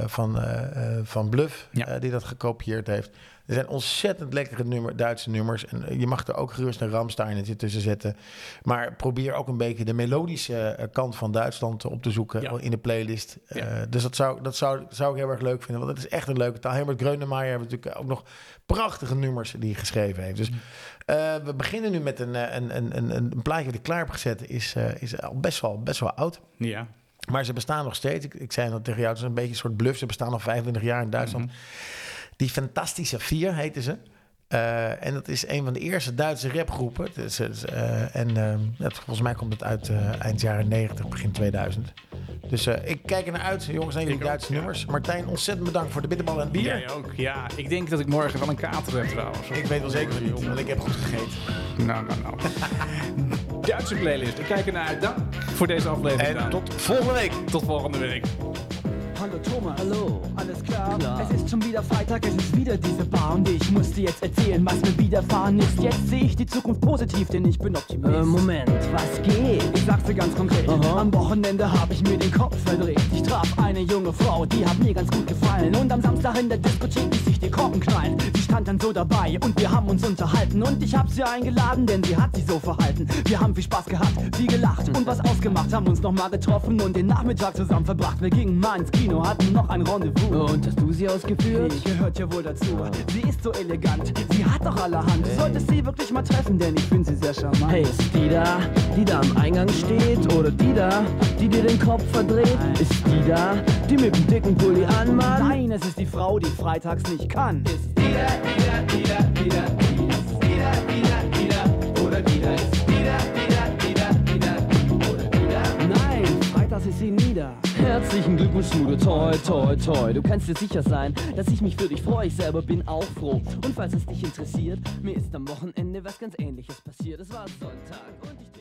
van Bluff. Die dat gekopieerd heeft. Er zijn ontzettend lekkere Duitse nummers. En je mag er ook gerust een Rammstein tussen zetten. Maar probeer ook een beetje de melodische kant van Duitsland op te zoeken in de playlist. Dus dat zou ik heel erg leuk vinden. Want het is echt een leuke taal. Herbert Grönemeyer heeft natuurlijk ook nog prachtige nummers die hij geschreven heeft. Dus we beginnen nu met een plaatje dat ik klaar heb gezet. Is al best wel oud. Ja. Maar ze bestaan nog steeds. Ik zei dat tegen jou, het is een beetje een soort bluff. Ze bestaan al 25 jaar in Duitsland. Mm-hmm. Die Fantastische Vier heten ze. En dat is een van de eerste Duitse rapgroepen. Volgens mij komt het uit eind jaren 90, begin 2000. Dus ik kijk er naar uit, jongens, naar jullie Duitse nummers. Martijn, ontzettend bedankt voor de bitterbal en bier. Jij ook, ja. Ik denk dat ik morgen wel een kater heb trouwens. Ik weet wel zeker van niet, want ik heb goed gegeten. Nou. Duitse playlist. Ik kijk er naar uit. Dank voor deze aflevering. En tot volgende week. Tot volgende week. Hallo Thomas. Hallo. Alles klar? Es ist schon wieder Freitag, es ist wieder diese Bar und ich muss dir jetzt erzählen, was mir widerfahren ist. Jetzt sehe ich die Zukunft positiv, denn ich bin Optimist. Moment, was geht? Ich sag's dir ganz konkret. Am Wochenende habe ich mir den Kopf verdreht. Ich traf eine junge Frau, die hat mir ganz gut gefallen. Und am Samstag in der Diskothek ließ sich die Korken knallen. Sie stand dann so dabei und wir haben uns unterhalten. Und ich hab sie eingeladen, denn sie hat sich so verhalten. Wir haben viel Spaß gehabt, viel gelacht und was ausgemacht. Haben uns nochmal getroffen und den Nachmittag zusammen verbracht. Wir gingen mal ins Kino, hatten noch ein Rendezvous. Und hast du sie ausgeführt? Ich gehört ja wohl dazu. Sie ist so elegant, sie hat doch allerhand. Du solltest sie wirklich mal treffen, denn ich finde sie sehr charmant. Hey, ist die da am Eingang steht? Oder die da, die dir den Kopf verdreht? Ist die da, die mit dem dicken Pulli anmacht? Nein, es ist die Frau, die freitags nicht kann. Ist die da, ist die da, oder die da, ist die da, oder die da? Nein, freitags ist sie nie da. Herzlichen Glückwunsch, Schmude, toi, toi, toi. Du kannst dir sicher sein, dass ich mich für dich freue. Ich selber bin auch froh. Und falls es dich interessiert, mir ist am Wochenende was ganz Ähnliches passiert. Es war Sonntag und ich